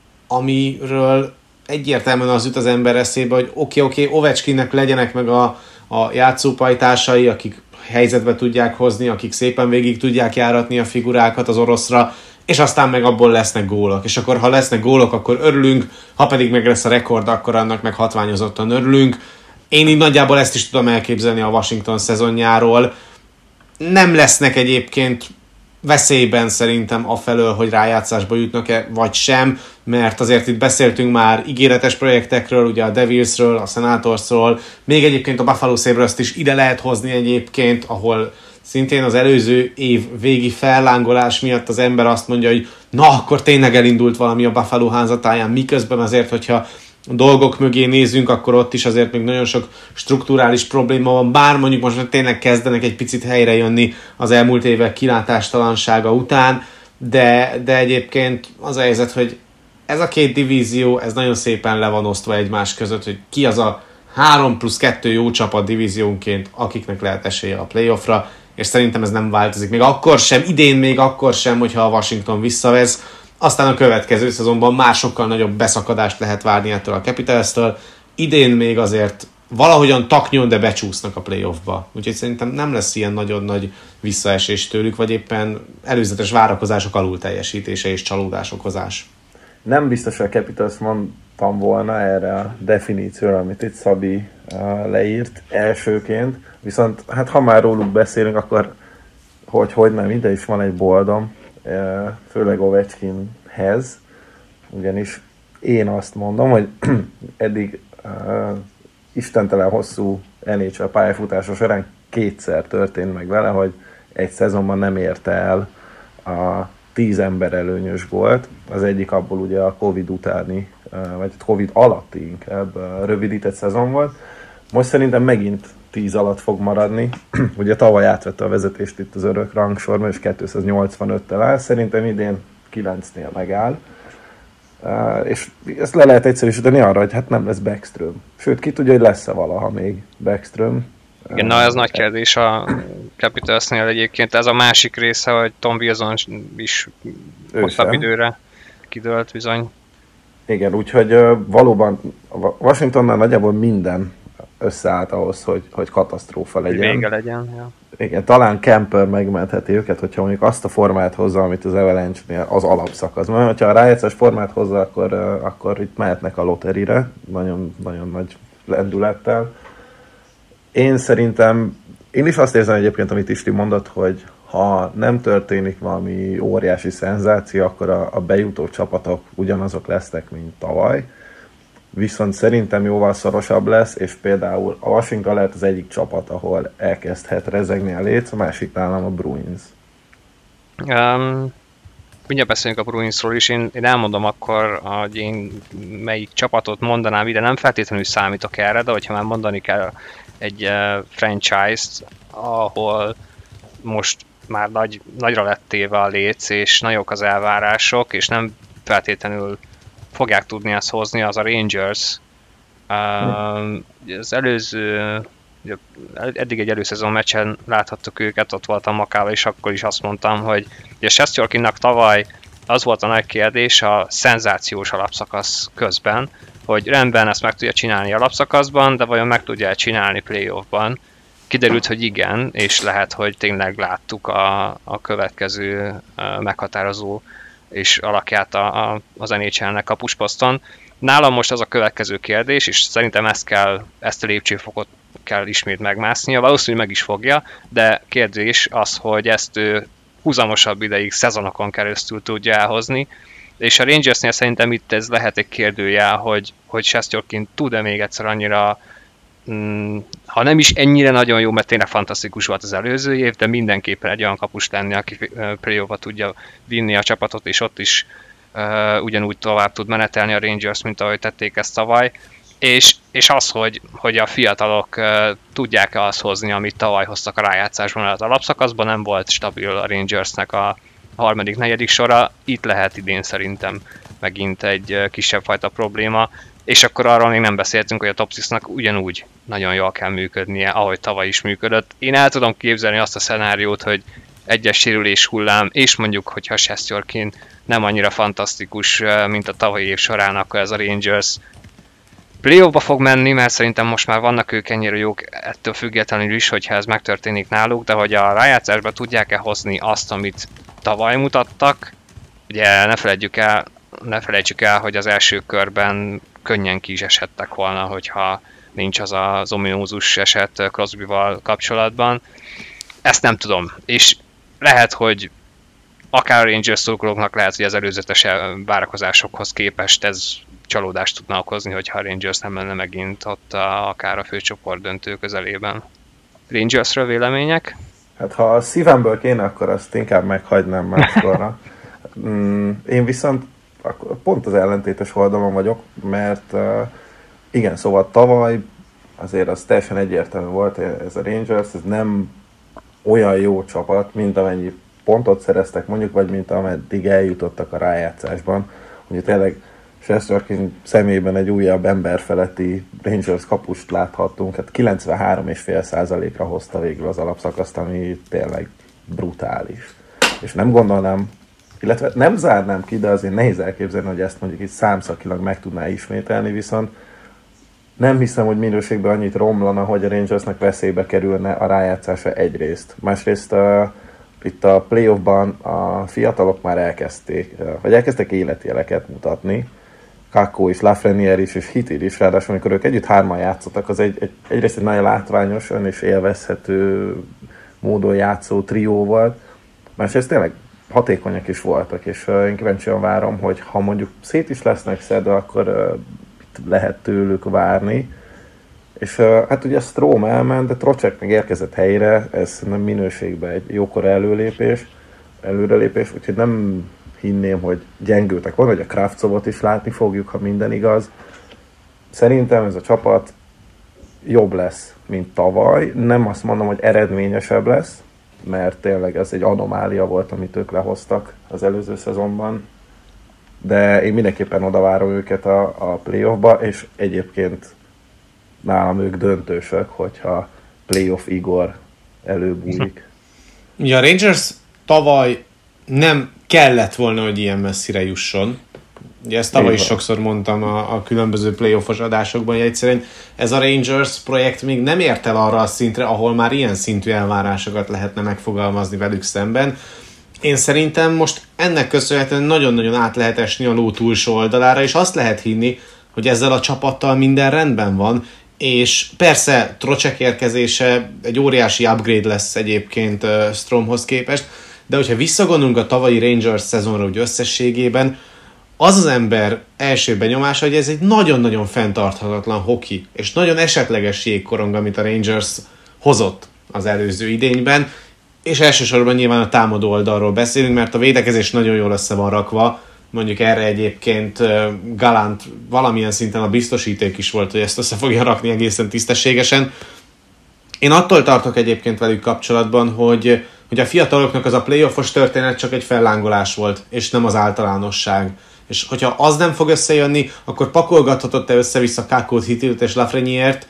amiről egyértelműen az jut az ember eszébe, hogy oké, okay, oké, okay, Ovechkinnek legyenek meg a, a játszópajtásai, akik helyzetbe tudják hozni, akik szépen végig tudják járatni a figurákat az oroszra, és aztán meg abból lesznek gólok. És akkor, ha lesznek gólok, akkor örülünk, ha pedig meg lesz a rekord, akkor annak meg hatványozottan örülünk. Én így nagyjából ezt is tudom elképzelni a Washington szezonjáról. Nem lesznek egyébként veszélyben szerintem afelől, hogy rájátszásba jutnak-e, vagy sem, mert azért itt beszéltünk már ígéretes projektekről, ugye a Devilsről, a Senatorsról, még egyébként a Buffalo Sabres-t is ide lehet hozni egyébként, ahol szintén az előző év végi fellángolás miatt az ember azt mondja, hogy na, akkor tényleg elindult valami a Buffalo házatáján, miközben azért, hogyha dolgok mögé nézünk, akkor ott is azért még nagyon sok strukturális probléma van, bár mondjuk most tényleg kezdenek egy picit helyre jönni az elmúlt évek kilátástalansága után, de, de egyébként az a helyzet, hogy ez a két divízió, ez nagyon szépen le van osztva egymás között, hogy ki az a három plusz kettő jó csapat divíziónként, akiknek lehet esélye a playoffra, és szerintem ez nem változik. Még akkor sem, idén még akkor sem, hogyha a Washington visszavesz, aztán a következő szezonban már sokkal nagyobb beszakadást lehet várni ettől a Capitals-től. Idén még azért valahogyan taknyon, de becsúsznak a playoffba. Úgyhogy szerintem nem lesz ilyen nagyon nagy visszaesés tőlük, vagy éppen előzetes várakozások alul teljesítése és csalódás okozás. Nem biztos, hogy a Capitals mondtam volna erre a definícióra, amit itt Szabi uh, leírt elsőként. Viszont hát ha már róluk beszélünk, akkor hogy, hogy nem, ide is van egy boldom, főleg Ovechkinhez, ugyanis én azt mondom, hogy eddig uh, istentelen hosszú en há el pályafutása során kétszer történt meg vele, hogy egy szezonban nem érte el a tíz ember előnyös gólt. Az egyik abból ugye a Covid utáni, uh, vagy Covid alatti inkább uh, rövidített szezon volt. Most szerintem megint tíz alatt fog maradni. Ugye tavaly átvette a vezetést itt az örök rangsorban, és kétszáznyolcvanöttel áll. Szerintem idén kilencnél megáll. Uh, és ezt le lehet egyszerűsíteni arra, hogy hát nem lesz Backstrom. Sőt, ki tudja, hogy lesz-e valaha még Backstrom. Igen, na ez nagy kérdés a Capitalsnél egyébként. Ez a másik része, hogy Tom Wilson is hosszabb időre kidőlt bizony. Igen, úgyhogy uh, valóban Washingtonnál nagyjából minden összeállt ahhoz, hogy, hogy katasztrófa legyen. Vége legyen, ja. Igen, talán Kemper megmentheti őket, hogyha mondjuk azt a formát hozza, amit az Avalanche-nél az alapszakasz. Mert ha a rájátszás formát hozza, akkor, akkor itt mehetnek a loterire, nagyon, nagyon nagy lendülettel. Én szerintem, én is azt érzem egyébként, amit Isti mondott, hogy ha nem történik valami óriási szenzáció, akkor a, a bejutó csapatok ugyanazok lesznek, mint tavaly. Viszont szerintem jóval szorosabb lesz, és például a Washington lehet az egyik csapat, ahol elkezdhet rezegni a léc, a másik nálam a Bruins. Um, mindjárt beszélünk a Bruinsról is, én, én elmondom akkor, hogy én melyik csapatot mondanám ide, nem feltétlenül számítok erre, de hogyha már mondani kell egy uh, franchise-t, ahol most már nagy, nagyra lett téve a léc, és nagyok az elvárások, és nem feltétlenül fogják tudni ezt hozni, az a Rangers. Uh, az előző, eddig egy előszezon meccsen láthattuk őket, ott voltam Makával, és akkor is azt mondtam, hogy a Shesterkinnak tavaly az volt a nagy kérdés a szenzációs alapszakasz közben, hogy rendben ezt meg tudja csinálni alapszakaszban, de vajon meg tudja csinálni playoffban. Kiderült, hogy igen, és lehet, hogy tényleg láttuk a, a következő uh, meghatározó és alakját a, a, az en há el-nek kapusposzton. Nálam most az a következő kérdés, és szerintem ezt, kell, ezt a lépcsőfokot kell ismét megmásznia, valószínűleg meg is fogja, de kérdés az, hogy ezt ő húzamosabb ideig, szezonokon keresztül tudja elhozni, és a Rangersnél szerintem itt ez lehet egy kérdőjel, hogy, hogy Shesterkin tud-e még egyszer annyira, mm, ha nem is ennyire nagyon jó, mert tényleg fantasztikus volt az előző év, de mindenképpen egy olyan kapus lenni, aki play-offba tudja vinni a csapatot, és ott is uh, ugyanúgy tovább tud menetelni a Rangers, mint ahogy tették ezt tavaly. És, és az, hogy, hogy a fiatalok uh, tudják-e azt hozni, amit tavaly hoztak a rájátszásban, az alapszakaszban nem volt stabil a Rangersnek a harmadik, negyedik sora, itt lehet idén szerintem megint egy uh, kisebb fajta probléma, és akkor arról még nem beszéltünk, hogy a Topsisnak ugyanúgy nagyon jól kell működnie, ahogy tavaly is működött. Én el tudom képzelni azt a szenáriót, hogy egyes sérülés hullám, és mondjuk, hogyha Shesterkin nem annyira fantasztikus, mint a tavalyi év során, akkor ez a Rangers playoffba fog menni, mert szerintem most már vannak ők ennyire jók ettől függetlenül is, hogyha ez megtörténik náluk, de hogy a rájátszásba tudják-e hozni azt, amit tavaly mutattak. Ugye ne felejtjük el, ne felejtsük el, hogy az első körben könnyen ki is eshettek volna, hogyha nincs az az ominózus eset Crosbyval kapcsolatban. Ezt nem tudom, és lehet, hogy akár a Rangers szurkolóknak lehet, hogy az előzetes várakozásokhoz képest ez csalódást tudna okozni, hogyha a Rangers nem lenne megint ott a, akár a főcsoport döntő közelében. Rangersről vélemények? Hát ha a szívemből kéne, akkor azt inkább meghagynám máskorra. Én viszont pont az ellentétes oldalon vagyok, mert igen, szóval tavaly azért az teljesen egyértelmű volt, ez a Rangers, ez nem olyan jó csapat, mint amennyi pontot szereztek mondjuk, vagy mint ameddig eljutottak a rájátszásban. Ugye tényleg Shesterkin szemében egy újabb emberfeletti Rangers kapust láthattunk, hát kilencvenhárom egész öt százalékra hozta végül az alapszakaszt, ami tényleg brutális. És nem gondolnám, illetve nem zárnám ki, de azért nehéz elképzelni, hogy ezt mondjuk itt számszakilag meg tudná ismételni, viszont nem hiszem, hogy minőségben annyit romlana, hogy a Rangersnek veszélybe kerülne a rájátszása egyrészt. Másrészt uh, itt a playoffban a fiatalok már elkezdték, uh, vagy elkezdtek életjeleket mutatni. Kakko is, Lafreniere is, és Hitir is, ráadásul amikor ők együtt hárman játszottak, az egy, egy, egyrészt egy nagyon látványos, ön és élvezhető módon játszó trió volt. Másrészt tényleg hatékonyak is voltak, és uh, én kíváncsian várom, hogy ha mondjuk szét is lesznek szedve, akkor uh, lehet tőlük várni. És uh, hát ugye Stróm elment, de Trocheck meg érkezett helyre, ez nem minőségben egy jókora előlépés, előrelépés, úgyhogy nem hinném, hogy gyengültek volna, hogy a Kravtsovot is látni fogjuk, ha minden igaz. Szerintem ez a csapat jobb lesz, mint tavaly. Nem azt mondom, hogy eredményesebb lesz, mert tényleg ez egy anomália volt, amit ők lehoztak az előző szezonban. De én mindenképpen odavárom őket a, a playoffba, és egyébként nálam ők döntősök, hogyha playoff Igor előbújik. Ugye a Rangers tavaly nem kellett volna, hogy ilyen messzire jusson. Ugye ezt tavaly is sokszor mondtam a, a különböző playoffos adásokban, hogy egyszerűen ez a Rangers projekt még nem ért el arra a szintre, ahol már ilyen szintű elvárásokat lehetne megfogalmazni velük szemben. Én szerintem most ennek köszönhetően nagyon-nagyon át lehet esni a ló túlsó oldalára, és azt lehet hinni, hogy ezzel a csapattal minden rendben van, és persze Trocheck érkezése egy óriási upgrade lesz egyébként uh, Stromhoz képest, de hogyha visszagondolunk a tavalyi Rangers szezonra úgy összességében, az az ember első benyomása, hogy ez egy nagyon-nagyon fenntarthatatlan hoki, és nagyon esetleges jégkorong, amit a Rangers hozott az előző idényben, és elsősorban nyilván a támadó oldalról beszélünk, mert a védekezés nagyon jól össze van rakva, mondjuk erre egyébként Gallant valamilyen szinten a biztosíték is volt, hogy ezt össze fogja rakni egészen tisztességesen. Én attól tartok egyébként velük kapcsolatban, hogy, hogy a fiataloknak az a playoffos történet csak egy fellángolás volt, és nem az általánosság. És hogyha az nem fog összejönni, akkor pakolgathatott te össze-vissza Kakót, Hittilt és Lafrenière-t,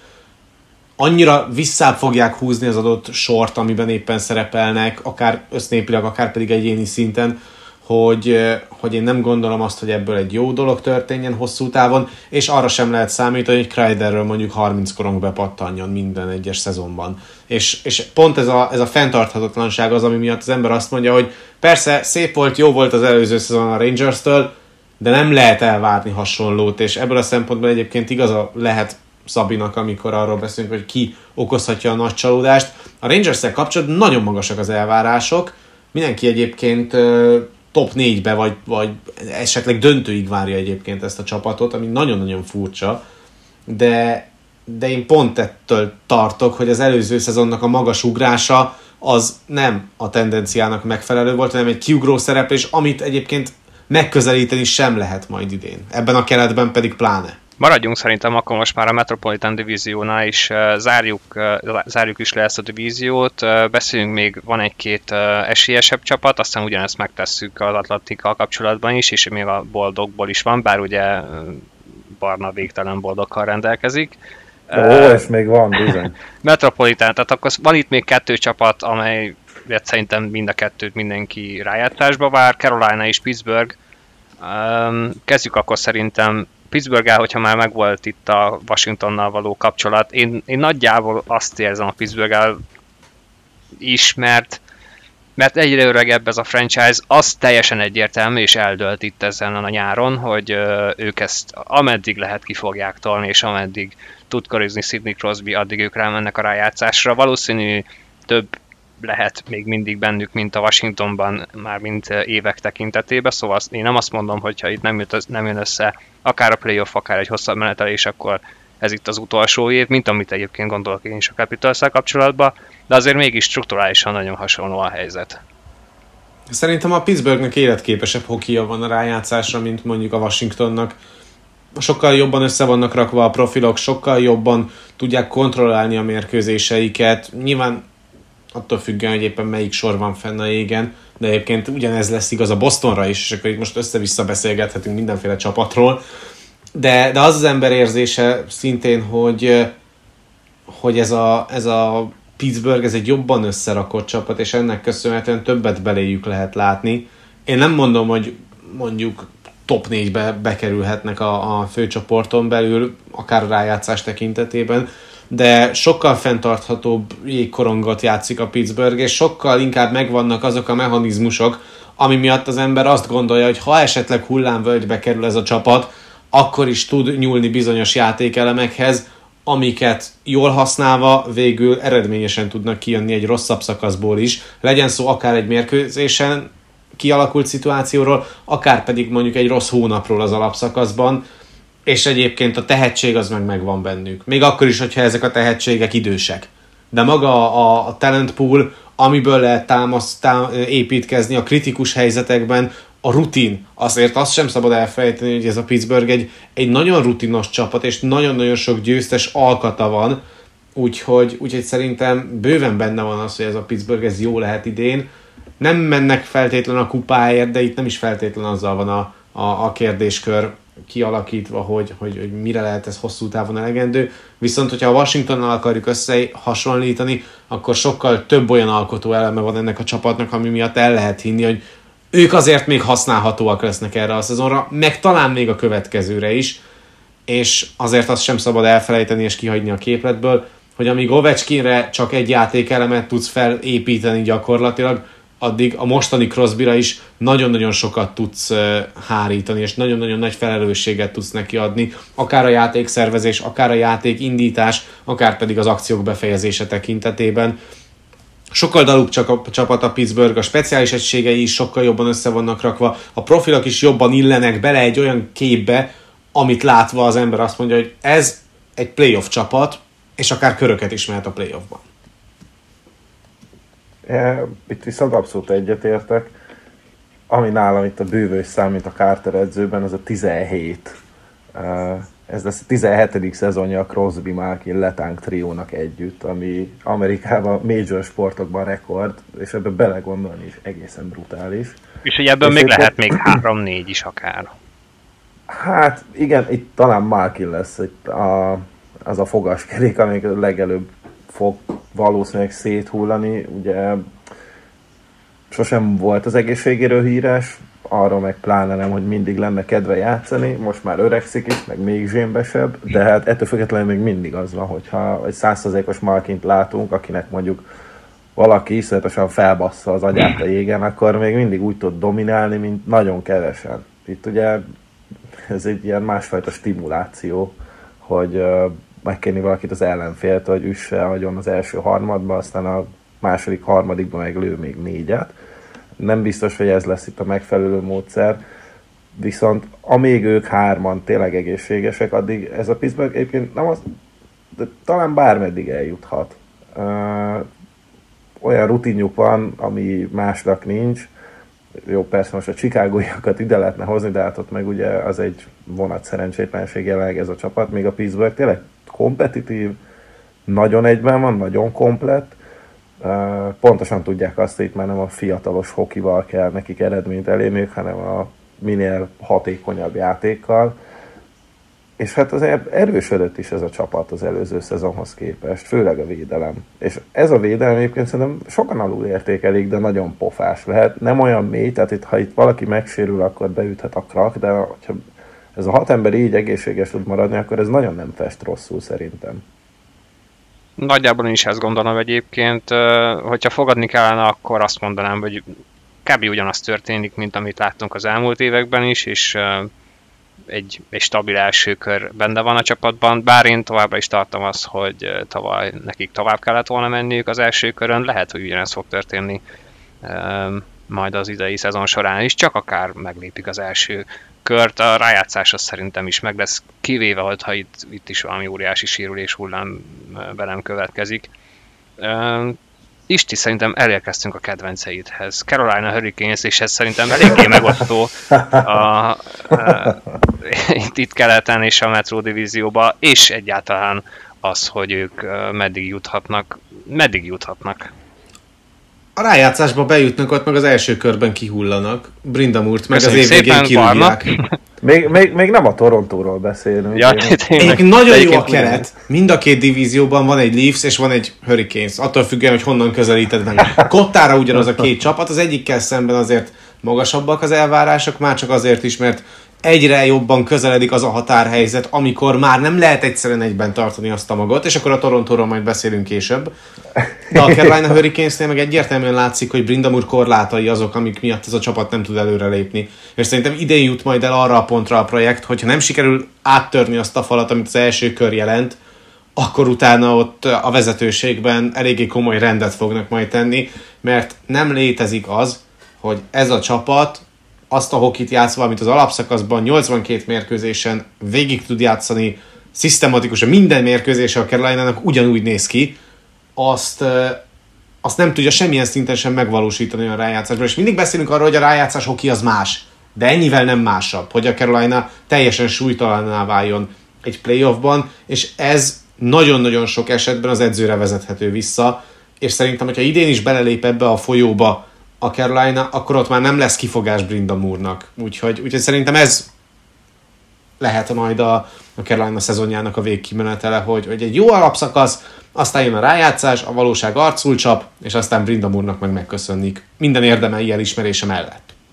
annyira visszább fogják húzni az adott sort, amiben éppen szerepelnek, akár össznépileg, akár pedig egyéni szinten, hogy, hogy én nem gondolom azt, hogy ebből egy jó dolog történjen hosszú távon, és arra sem lehet számítani, hogy Kreiderről mondjuk harminc korong bepattanjon minden egyes szezonban. És, és pont ez a, ez a fenntarthatatlanság az, ami miatt az ember azt mondja, hogy persze szép volt, jó volt az előző szezon a Rangers-től, de nem lehet elvárni hasonlót, és ebből a szempontból egyébként igaza lehet Szabinak, amikor arról beszélünk, hogy ki okozhatja a nagy csalódást. A Rangers-szel kapcsolatban nagyon magasak az elvárások, mindenki egyébként top négybe, vagy, vagy esetleg döntőig várja egyébként ezt a csapatot, ami nagyon-nagyon furcsa, de, de én pont ettől tartok, hogy az előző szezonnak a magas ugrása az nem a tendenciának megfelelő volt, hanem egy kiugró szereplés, amit egyébként megközelíteni sem lehet majd idén. Ebben a keretben pedig pláne. Maradjunk szerintem akkor most már a Metropolitan divíziónál is, zárjuk, zárjuk is le ezt a divíziót, beszéljünk még, van egy-két esélyesebb csapat, aztán ugyanezt megtesszük az Atlantikkal kapcsolatban is, és még a boldogból is van, bár ugye Barna végtelen boldoggal rendelkezik. Ó, ez még van, bizony. Metropolitan, tehát akkor van itt még kettő csapat, amely szerintem mind a kettőt mindenki rájátszásba vár, Carolina és Pittsburgh. Kezdjük akkor szerintem Pittsburgh-el, hogyha már megvolt itt a Washingtonnal való kapcsolat. Én, én nagyjából azt érzem a Pittsburgh-el is, mert, mert egyre öregebb ez a franchise, az teljesen egyértelmű, és eldölt itt ezen a nyáron, hogy ö, ők ezt ameddig lehet ki fogják tolni, és ameddig tud korizni Sidney Crosby, addig ők rámennek a rájátszásra. Valószínű több lehet még mindig bennük, mint a Washingtonban, már mint évek tekintetében, szóval én nem azt mondom, hogyha itt nem, jött, nem jön össze akár a playoff, akár egy hosszabb menetelés, akkor ez itt az utolsó év, mint amit egyébként gondolok én is a Capitals-szel kapcsolatban, de azért mégis strukturálisan nagyon hasonló a helyzet. Szerintem a Pittsburghnek életképesebb hokija van a rájátszásra, mint mondjuk a Washingtonnak. Sokkal jobban össze vannak rakva a profilok, sokkal jobban tudják kontrollálni a mérkőzéseiket. Nyilván attól függően, hogy éppen melyik sor van fenn a jégen, de egyébként ugyanez lesz igaz a Bostonra is, és akkor itt most össze-vissza beszélgethetünk mindenféle csapatról. De, de az az ember érzése szintén, hogy, hogy ez, a, ez a Pittsburgh, ez egy jobban összerakott csapat, és ennek köszönhetően többet beléjük lehet látni. Én nem mondom, hogy mondjuk top négybe bekerülhetnek a, a főcsoporton belül, akár a rájátszás tekintetében, de sokkal fenntarthatóbb jégkorongot játszik a Pittsburgh, és sokkal inkább megvannak azok a mechanizmusok, ami miatt az ember azt gondolja, hogy ha esetleg hullámvölgybe kerül ez a csapat, akkor is tud nyúlni bizonyos játékelemekhez, amiket jól használva végül eredményesen tudnak kijönni egy rosszabb szakaszból is. Legyen szó akár egy mérkőzésen kialakult szituációról, akár pedig mondjuk egy rossz hónapról az alapszakaszban, és egyébként a tehetség az meg megvan bennük. Még akkor is, hogyha ezek a tehetségek idősek. De maga a, a talent pool, amiből lehet támasz, tám, építkezni a kritikus helyzetekben, a rutin. Azért azt sem szabad elfelejteni, hogy ez a Pittsburgh egy, egy nagyon rutinos csapat, és nagyon-nagyon sok győztes alkata van, úgyhogy, úgyhogy szerintem bőven benne van az, hogy ez a Pittsburgh ez jó lehet idén. Nem mennek feltétlenül a kupáért, de itt nem is feltétlenül azzal van a, a, a kérdéskör kialakítva, hogy, hogy, hogy mire lehet ez hosszú távon elegendő. Viszont, hogyha a Washingtonnal akarjuk összehasonlítani, akkor sokkal több olyan alkotó eleme van ennek a csapatnak, ami miatt el lehet hinni, hogy ők azért még használhatóak lesznek erre a szezonra, meg talán még a következőre is, és azért azt sem szabad elfelejteni és kihagyni a képletből, hogy amíg Ovechkinre csak egy játékelemet tudsz felépíteni gyakorlatilag, addig a mostani Crosbyra is nagyon-nagyon sokat tudsz hárítani, és nagyon-nagyon nagy felelősséget tudsz neki adni, akár a játékszervezés, akár a játékindítás, akár pedig az akciók befejezése tekintetében. Sokkal dalúbb csak a csapat a Pittsburgh, a speciális egységei is sokkal jobban össze vannak rakva, a profilok is jobban illenek bele egy olyan képbe, amit látva az ember azt mondja, hogy ez egy playoff csapat, és akár köröket is mehet a playoffban. Itt viszont abszolút egyetértek. Ami nálam itt a bővös szám, mint a Carter edzőben, az a tizenhét. Ez lesz a tizenhetedik szezonja a Crosby, Malkin, Letang triónak együtt, ami Amerikában major sportokban rekord, és ebben belegondolni is egészen brutális. És hogy ebből és még lehet még három-négy is akár. Hát igen, itt talán Malkin lesz itt a, az a fogaskerék, amelyik legelőbb fog valószínűleg széthullani. Ugye sosem volt az egészségéről híres, arról meg pláne nem, hogy mindig lenne kedve játszani, most már öregszik is, meg még zsémbesebb, de hát ettől függetlenül még mindig az van, hogyha egy száz százalékos Malkint látunk, akinek mondjuk valaki iszonyatosan felbassza az agyát a jégen, akkor még mindig úgy tud dominálni, mint nagyon kevesen. Itt ugye ez egy ilyen másfajta stimuláció, hogy uh, megkérni valakit az ellenféltől, hogy üsse agyon az első harmadba, aztán a második harmadikban meg lő még négyet. Nem biztos, hogy ez lesz itt a megfelelő módszer, viszont amíg ők hárman tényleg egészségesek, addig ez a Pittsburgh egyébként nem az, de talán bármeddig eljuthat. Uh, olyan rutinjuk van, ami másnak nincs. Jó, persze most a Chicagóiakat ide lehetne hozni, de hát ott meg ugye az egy vonat szerencsétlenség jelenleg ez a csapat, még a Pittsburgh tényleg kompetitív, nagyon egyben van, nagyon komplett. Pontosan tudják azt, hogy itt már nem a fiatalos hokival kell nekik eredményt elérniük, hanem a minél hatékonyabb játékkal. És hát azért erősödött is ez a csapat az előző szezonhoz képest, főleg a védelem. És ez a védelem egyébként szerintem sokan alul értékelik, de nagyon pofás lehet. Nem olyan mély, tehát itt, ha itt valaki megsérül, akkor beüthet a krak, de ha ez a hat ember így egészséges tud maradni, akkor ez nagyon nem fest rosszul szerintem. Nagyjából én is ezt gondolom egyébként, hogyha fogadni kellene, akkor azt mondanám, hogy kb. Ugyanaz történik, mint amit láttunk az elmúlt években is, és egy, egy stabil első kör benne van a csapatban, bár én továbbra is tartom azt, hogy tavaly nekik tovább kellett volna menniük az első körön, lehet, hogy ugyanez fog történni majd az idei szezon során is, csak akár meglépik az első kört, a rájátszás az szerintem is meg lesz, kivéve, hogyha itt, itt is valami óriási sérülés hullám velem következik. Isti, szerintem elérkeztünk a kedvenceidhez. Carolina Hurricanes, és ez szerintem eléggé megosztó a, a, itt, itt keleten és a Metro divízióba, és egyáltalán az, hogy ők meddig juthatnak. Meddig juthatnak? A rájátszásba bejutnak, ott meg az első körben kihullanak. Brindamurt meg Köszönjük az év végén kirúgják. Még, még, még nem a Torontóról beszélünk. Ja, én nagyon jó a keret. Mind a két divízióban van egy Leafs és van egy Hurricanes. Attól függően, hogy honnan közelíted meg. Kottára ugyanaz a két csapat, az egyikkel szemben azért magasabbak az elvárások, már csak azért is, mert egyre jobban közeledik az a határhelyzet, amikor már nem lehet egyszerűen egyben tartani azt a magot, és akkor a Torontóról majd beszélünk később. De a Carolina Hurricanesnél meg egyértelműen látszik, hogy Brindamur korlátai azok, amik miatt ez a csapat nem tud előrelépni. És szerintem idén jut majd el arra a pontra a projekt, hogyha nem sikerül áttörni azt a falat, amit az első kör jelent, akkor utána ott a vezetőségben eléggé komoly rendet fognak majd tenni, mert nem létezik az, hogy ez a csapat azt a hokit játszva, amit az alapszakaszban nyolcvankét mérkőzésen végig tud játszani, szisztematikusan minden mérkőzése a Carolinának ugyanúgy néz ki, azt, azt nem tudja semmilyen szinten sem megvalósítani a rájátszásban. És mindig beszélünk arról, hogy a rájátszás hoki az más, de ennyivel nem másabb, hogy a Carolina teljesen súlytalanná váljon egy playoffban, és ez nagyon-nagyon sok esetben az edzőre vezethető vissza, és szerintem, hogyha idén is belelép ebbe a folyóba a Carolina, akkor ott már nem lesz kifogás Brindamurnak. Úgyhogy, úgyhogy szerintem ez lehet majd a, a Carolina szezonjának a végkimenetele, hogy, hogy egy jó alapszakasz, aztán jön a rájátszás, a valóság arcul csap, és aztán Brindamurnak meg megköszönnik minden érdemei elismerése mellett.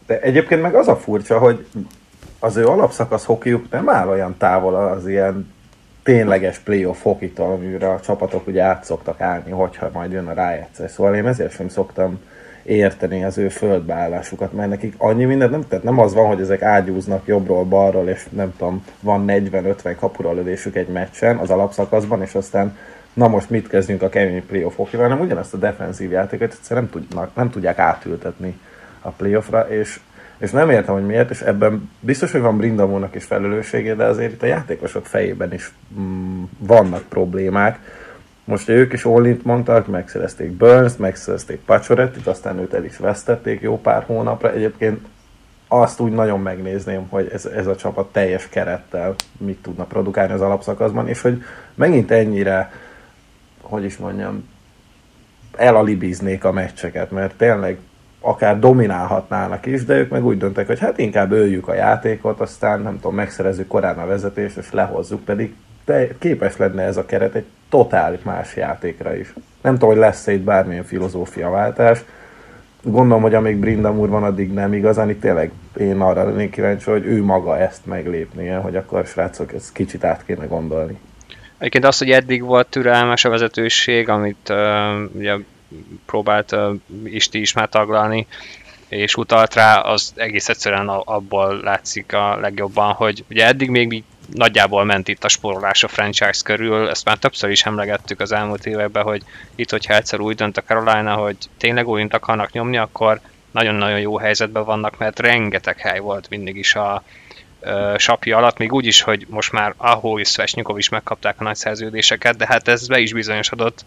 De egyébként meg az a furcsa, hogy az ő alapszakasz hokiuk nem áll olyan távol az ilyen tényleges playoff hokitól, amire a csapatok ugye át szoktak állni, hogyha majd jön a rájátszás. Szóval én ezért sem szoktam érteni az ő földbeállásukat, mert nekik annyi mindent nem, tehát nem az van, hogy ezek ágyúznak jobbról, balról, és nem tudom, van negyven-ötven kapura lövésük egy meccsen az alapszakaszban, és aztán na most mit kezdjünk a kemény playoff hokival, hanem ugyanazt a defenzív játékot egyszerűen nem, tudnak, nem tudják átültetni a playoffra, és, és nem értem, hogy miért, és ebben biztos, hogy van Brindamónak is felelőssége, de azért itt a játékosok fejében is mm, vannak problémák. Most ők is All-int mondtak, megszerezték Burns-t, megszerezték Paciorettit, aztán őt el is vesztették jó pár hónapra. Egyébként azt úgy nagyon megnézném, hogy ez, ez a csapat teljes kerettel mit tudna produkálni az alapszakaszban, és hogy megint ennyire, hogy is mondjam, elalibiznék a meccseket, mert tényleg akár dominálhatnának is, de ők meg úgy döntek, hogy hát inkább öljük a játékot, aztán nem tudom, megszerezzük korán a vezetést, és lehozzuk, pedig képes lenne ez a keret egy totál más játékra is. Nem tudom, hogy lesz-e itt bármilyen filozófiaváltás. Gondolom, hogy amíg Brindam úr van, addig nem igazán. Itt tényleg én arra lennék kíváncsi, hogy ő maga ezt meglépnie, hogy akkor srácok, ezt kicsit át kéne gondolni. Egyébként az, hogy eddig volt türelmes a vezetőség, amit uh, ugye próbált uh, Isti is már taglalni, és utalt rá, az egész egyszerűen abból látszik a legjobban, hogy ugye eddig még nagyjából ment itt a spórolás a franchise körül, ezt már többször is emlegettük az elmúlt években, hogy itt, hogyha egyszer úgy dönt a Carolina, hogy tényleg újint akarnak nyomni, akkor nagyon-nagyon jó helyzetben vannak, mert rengeteg hely volt mindig is a uh, sapja alatt, még úgy is, hogy most már Aho és Svechnikov is megkapták a nagy szerződéseket, de hát ez be is bizonyosodott.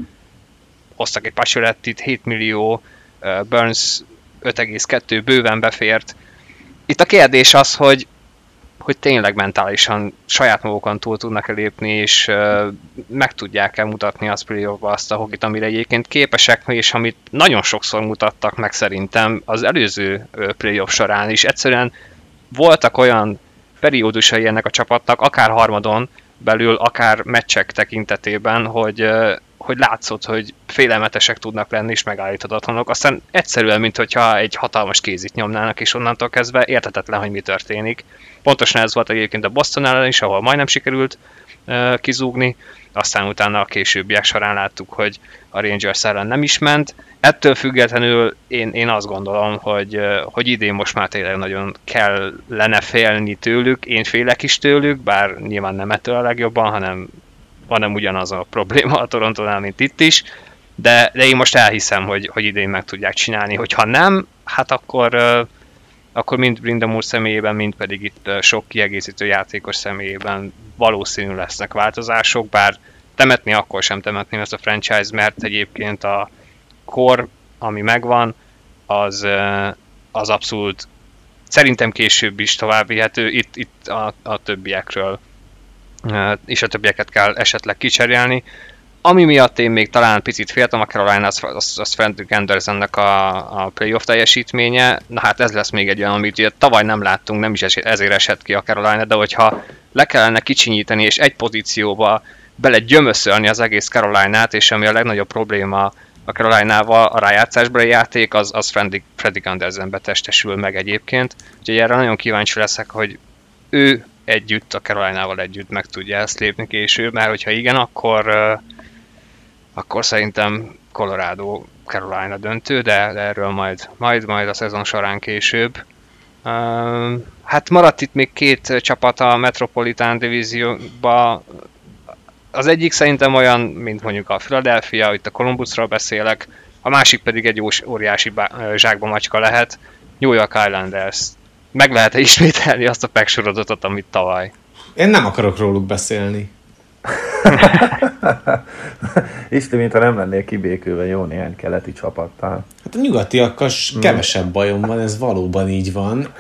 Hoztak egy Paciorettit, hét millió, uh, Burns öt egész kettő bőven befért. Itt a kérdés az, hogy hogy tényleg mentálisan saját magukon túl tudnak lépni, és uh, meg tudják-e mutatni az playoffba azt a hokit, amire egyébként képesek, és amit nagyon sokszor mutattak meg szerintem az előző uh, playoff során is. Egyszerűen voltak olyan periódusai ennek a csapatnak, akár harmadon belül, akár meccsek tekintetében, hogy, uh, hogy látszott, hogy félelmetesek tudnak lenni, és megállíthatatlanok. Aztán egyszerűen, mintha egy hatalmas kézit nyomnának, és onnantól kezdve érthetetlen, hogy mi történik. Pontosan ez volt egyébként a Boston ellen is, ahol majdnem sikerült uh, kizúgni, aztán utána a későbbiek során láttuk, hogy a Rangers ellen nem is ment. Ettől függetlenül én, én azt gondolom, hogy, uh, hogy idén most már tényleg nagyon kellene félni tőlük, én félek is tőlük, bár nyilván nem ettől a legjobban, hanem, hanem ugyanaz a probléma a Torontónál, mint itt is, de, de én most elhiszem, hogy, hogy idén meg tudják csinálni, hogyha nem, hát akkor... Uh, akkor mind Brindam úr személyében, mind pedig itt sok kiegészítő játékos személyében valószínű lesznek változások, bár temetni akkor sem temetném ezt a franchise, mert egyébként a core, ami megvan, az, az abszolút szerintem később is tovább vihető, itt, itt a, a többiekről, és a többieket kell esetleg kicserélni. Ami miatt én még talán picit féltem a Carolina, az, az, az Fredrik Andersennek a, a playoff teljesítménye. Na hát ez lesz még egy olyan, amit ugye tavaly nem láttunk, nem is ezért esett ki a Carolina, de hogyha le kellene kicsinyíteni és egy pozícióba bele gyömöszölni az egész Carolinát, és ami a legnagyobb probléma a Carolinával, a rájátszásbeli játék, az, az Fredrik, Fredrik Andersenbe testesül meg egyébként. Úgyhogy erre nagyon kíváncsi leszek, hogy ő együtt, a Carolinával együtt meg tudja ezt lépni később, mert hogyha igen, akkor... akkor szerintem Colorado Carolina döntő, de, de erről majd, majd, majd a szezon során később. Uh, hát maradt itt még két csapat a Metropolitan Divízióba. Az egyik szerintem olyan, mint mondjuk a Philadelphia, itt a Columbusról beszélek, a másik pedig egy óriási zsákba macska lehet, New York Islanders. Meg lehet-e ismételni azt a pegsorozatot, amit tavaly? Én nem akarok róluk beszélni. Isti, mintha nem lennél kibékülve jó néhány keleti csapattal. Hát a nyugatiakkal kevesebb bajom van, ez valóban így van.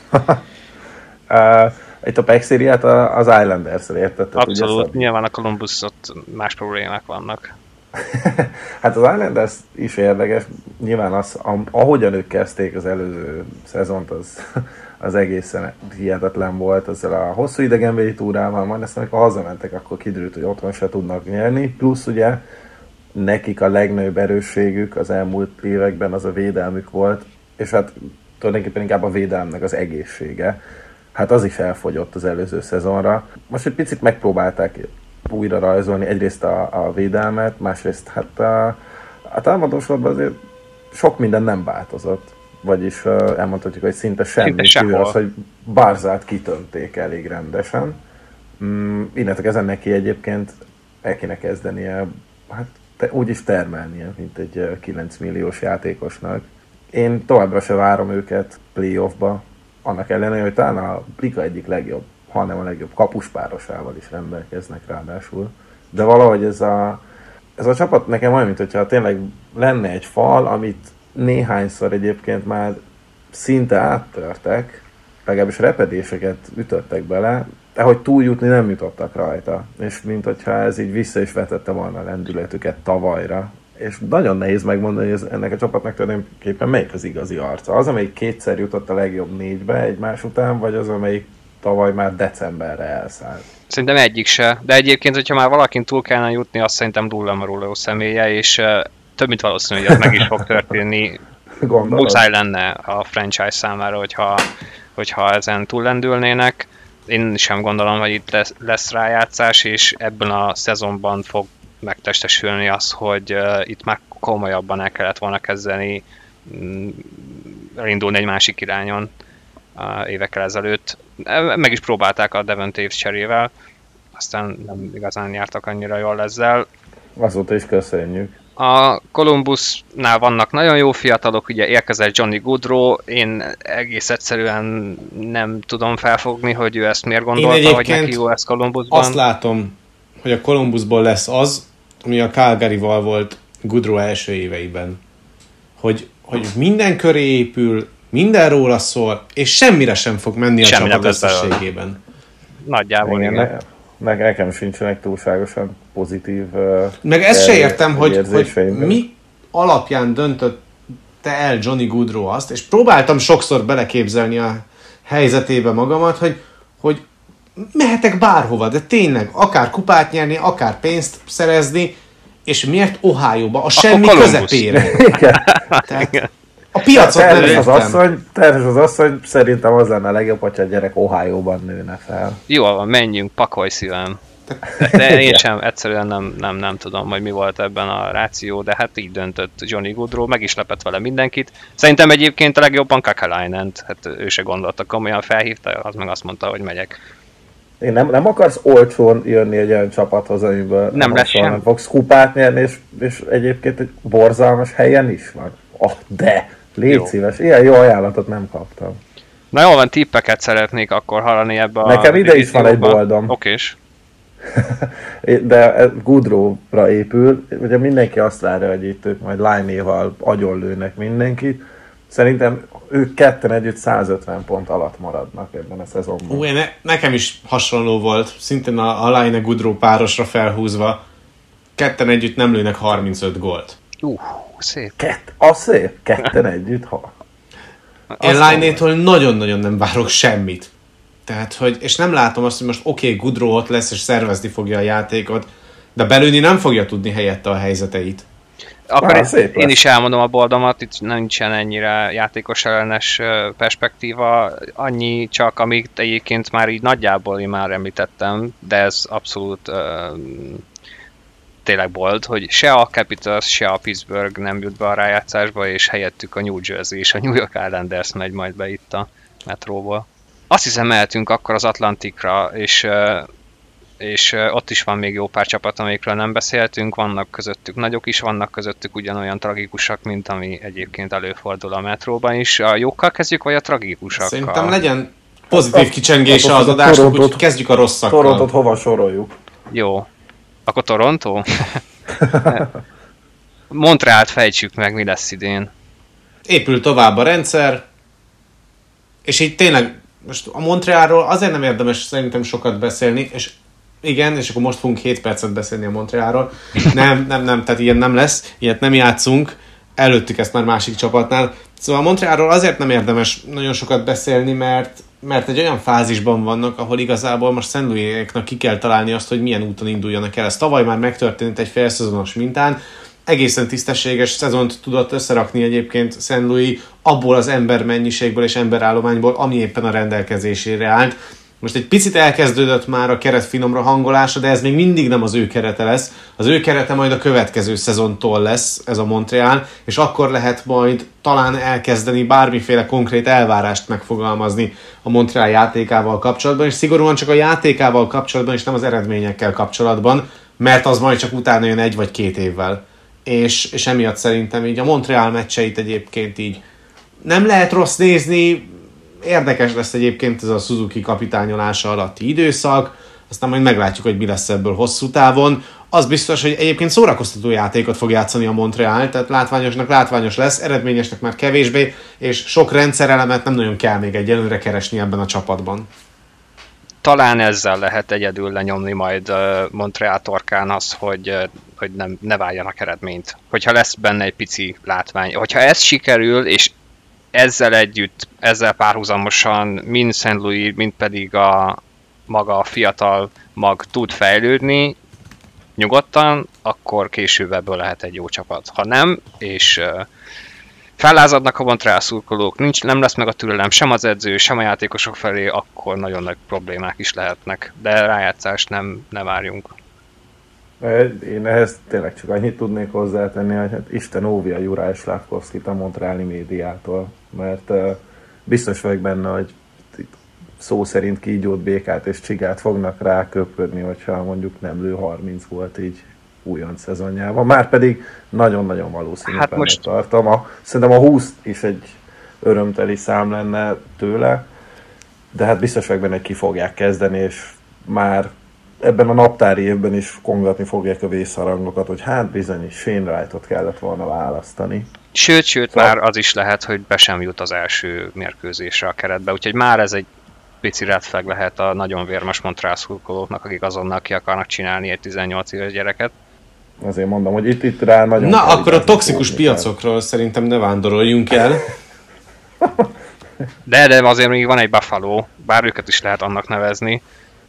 uh, itt a Peg-szériát az Islanders-re értetted. Abszolút, ugye, nyilván a Columbus ott más problémák vannak. Hát az Islanders is érdekes, nyilván az, ahogyan ők kezdték az előző szezont, az, az egészen hihetetlen volt ezzel a hosszú idegenbeli túrával, majd aztán amikor hazamentek, akkor kiderült, hogy otthon se tudnak nyerni, plusz ugye nekik a legnagyobb erősségük az elmúlt években az a védelmük volt, és hát tulajdonképpen inkább a védelemnek az egészsége. Hát az is elfogyott az előző szezonra. Most egy picit megpróbálták újra rajzolni egyrészt a, a védelmet, másrészt hát a, a támadósorban azért sok minden nem változott. Vagyis uh, elmondhatjuk, hogy szinte semmi, kívül az, hogy Barzát kitönték elég rendesen. Mm, innentől ezen neki egyébként el kéne kezdenie, hát te, úgyis termelnie, mint egy kilenc milliós játékosnak. Én továbbra se várom őket playoffba, annak ellenére, hogy talán a liga egyik legjobb, hanem a legjobb kapuspárosával is rendelkeznek ráadásul. De valahogy ez a, ez a csapat nekem olyan, mint hogyha tényleg lenne egy fal, amit néhányszor egyébként már szinte áttörtek, legalábbis repedéseket ütöttek bele, de hogy túljutni nem jutottak rajta. És mint hogyha ez így vissza is vetette volna a lendületüket tavalyra. És nagyon nehéz megmondani, hogy ennek a csapatnak tulajdonképpen melyik az igazi arca. Az, amelyik kétszer jutott a legjobb négybe egymás után, vagy az, amelyik tavaly már decemberre elszállt? Szerintem egyik se. De egyébként, hogyha már valakin túl kellene jutni, azt szerintem Lula Maruló személye, és uh, több mint valószínű, hogy ez meg is fog történni. Muszáj lenne a franchise számára, hogyha, hogyha ezen túllendülnének. Én sem gondolom, hogy itt lesz, lesz rájátszás, és ebben a szezonban fog megtestesülni az, hogy uh, itt már komolyabban el kellett volna kezdeni mm, elindulni egy másik irányon uh, évekkel ezelőtt. Meg is próbálták a Devon Taves cserével, aztán nem igazán jártak annyira jól ezzel. Azóta is köszönjük. A Columbusnál vannak nagyon jó fiatalok, ugye érkezett Johnny Gaudreau, én egész egyszerűen nem tudom felfogni, hogy ő ezt miért gondolta, hogy neki jó ez Columbusban. Azt látom, hogy a Columbusból lesz az, ami a Calgaryval volt Gaudreau első éveiben. Hogy, hogy minden köré épül, minden róla szól, és semmire sem fog menni a Semmi csapat összességében. Nagyjából igen. igen. Ne, nekem sincsenek túlságosan pozitív uh, meg ezt se értem, hogy, hogy mi alapján döntötte el Johnny Gaudreau azt, és próbáltam sokszor beleképzelni a helyzetébe magamat, hogy, hogy mehetek bárhova, de tényleg akár kupát nyerni, akár pénzt szerezni, és miért Ohio-ba, a semmi közepére. Tehát a piacot nem értem. Az asszony, terhes az asszony, szerintem az lenne a legjobb, hogyha a gyerek Ohio-ban nőne fel. Jó van, menjünk, pakolj szívem. De én sem, egyszerűen nem, nem, nem tudom, hogy mi volt ebben a ráció, de hát így döntött Johnny Gaudreau, meg is lepett vele mindenkit. Szerintem egyébként a legjobban Kakalainent, hát ő se gondolta, komolyan felhívta, az meg azt mondta, hogy megyek. Én nem, nem akarsz olcsón jönni egy olyan csapathoz, amiből nem, lesz sem. Nem fogsz kupát nyerni, és, és egyébként egy borzalmas helyen is van. Oh, de! Légy jó. Szíves, ilyen jó ajánlatot nem kaptam. Na jól van, tippeket szeretnék akkor hallani ebbe a... Nekem ide is van egy boldom. Okés. De Gaudreau-ra épül, ugye mindenki azt várja, hogy itt ők majd Lainéval agyonlőnek mindenkit. Szerintem ők ketten együtt százötven pont alatt maradnak ebben a szezonban. Ú, ne, nekem is hasonló volt, szintén a, a Laine Gaudreau párosra felhúzva. Ketten együtt nem lőnek harmincöt gólt. Uh, szép. Kett, az szép, ketten együtt, ha. Én Lainétól nagyon-nagyon nem várok semmit. Tehát, hogy, és nem látom azt, hogy most oké, okay, Gaudreau ott lesz, és szervezni fogja a játékot, de belülni nem fogja tudni helyette a helyzeteit. Akkor ah, én, én is elmondom a boldomat, itt nincsen ennyire játékos ellenes perspektíva, annyi csak, amit egyébként már így nagyjából én már említettem, de ez abszolút uh, tényleg bold, hogy se a Capitals, se a Pittsburgh nem jut be a rájátszásba, és helyettük a New Jersey és a New York Islanders megy majd be itt a metróból. Azt hiszem, mehetünk akkor az Atlantikra, és, és ott is van még jó pár csapat, amikről nem beszéltünk, vannak közöttük nagyok is, vannak közöttük ugyanolyan tragikusak, mint ami egyébként előfordul a metróban is. A jókkal kezdjük, vagy a tragikusakkal? Szerintem legyen pozitív kicsengése az adásnak, úgyhogy kezdjük a rosszakkal. Torontót hova soroljuk? Jó. Akkor Toronto? Montrealt fejtsük meg, mi lesz idén. Épül tovább a rendszer, és így tényleg most a Montrealról azért nem érdemes szerintem sokat beszélni, és igen, és akkor most fogunk hét percet beszélni a Montrealról. Nem, nem, nem, tehát ilyen nem lesz, ilyet nem játszunk, előttük ezt már másik csapatnál. Szóval a Montrealról azért nem érdemes nagyon sokat beszélni, mert, mert egy olyan fázisban vannak, ahol igazából most Saint Louis-éknak ki kell találni azt, hogy milyen úton induljanak el. Ez tavaly már megtörtént egy félszezonos mintán, egészen tisztességes szezont tudott összerakni egyébként Saint Louis abból az embermennyiségből és emberállományból, ami éppen a rendelkezésére állt. Most egy picit elkezdődött már a keret finomra hangolása, de ez még mindig nem az ő kerete lesz. Az ő kerete majd a következő szezontól lesz, ez a Montreal, és akkor lehet majd talán elkezdeni bármiféle konkrét elvárást megfogalmazni a Montreal játékával kapcsolatban, és szigorúan csak a játékával kapcsolatban, és nem az eredményekkel kapcsolatban, mert az majd csak utána jön egy vagy két évvel. És, és emiatt szerintem így a Montreal meccseit egyébként így nem lehet rossz nézni. Érdekes lesz egyébként ez a Suzuki kapitányolása alatti időszak, aztán majd meglátjuk, hogy mi lesz ebből hosszú távon. Az biztos, hogy egyébként szórakoztató játékot fog játszani a Montreal, tehát látványosnak látványos lesz, eredményesnek már kevésbé, és sok rendszerelemet nem nagyon kell még egyelőre keresni ebben a csapatban. Talán ezzel lehet egyedül lenyomni majd Montreal torkán az, hogy, hogy nem, ne váljanak eredményt. Hogyha lesz benne egy pici látvány. Hogyha ez sikerül, és ezzel együtt, ezzel párhuzamosan mind Saint Louis, mind pedig a maga a fiatal mag tud fejlődni nyugodtan, akkor később ebből lehet egy jó csapat. Ha nem, és uh, fellázadnak a Montreal szurkolók, nincs, nem lesz meg a türelem sem az edző, sem a játékosok felé, akkor nagyon nagy problémák is lehetnek. De rájátszást nem, nem várjunk. Én ehhez tényleg csak annyit tudnék hozzátenni, hogy hát Isten óvja Juraj Slafkovskit a montreali médiától, mert uh, biztos vagyok benne, hogy szó szerint kígyót, békát és csigát fognak rá köpködni, hogyha mondjuk nem lő harminc volt így újonc szezonjában. Márpedig nagyon-nagyon valószínű hát most... tartom. A, szerintem a húsz is egy örömteli szám lenne tőle, de hát biztos vagyok benne, hogy ki fogják kezdeni, és már ebben a naptári évben is kongatni fogják a vészharangokat, hogy hát bizony Shane Wright-ot kellett volna választani. Sőt, sőt, szóval... már az is lehet, hogy be sem jut az első mérkőzésre a keretbe, úgyhogy már ez egy pici red flag lehet a nagyon vérmes Montreal szurkolóknak, akik azonnal ki akarnak csinálni egy tizennyolc éves gyereket. Azért mondom, hogy itt, itt rá nagyon... Na, akkor a toxikus piacokról el. Szerintem ne vándoroljunk el. De, de azért még van egy Buffalo, bár őket is lehet annak nevezni.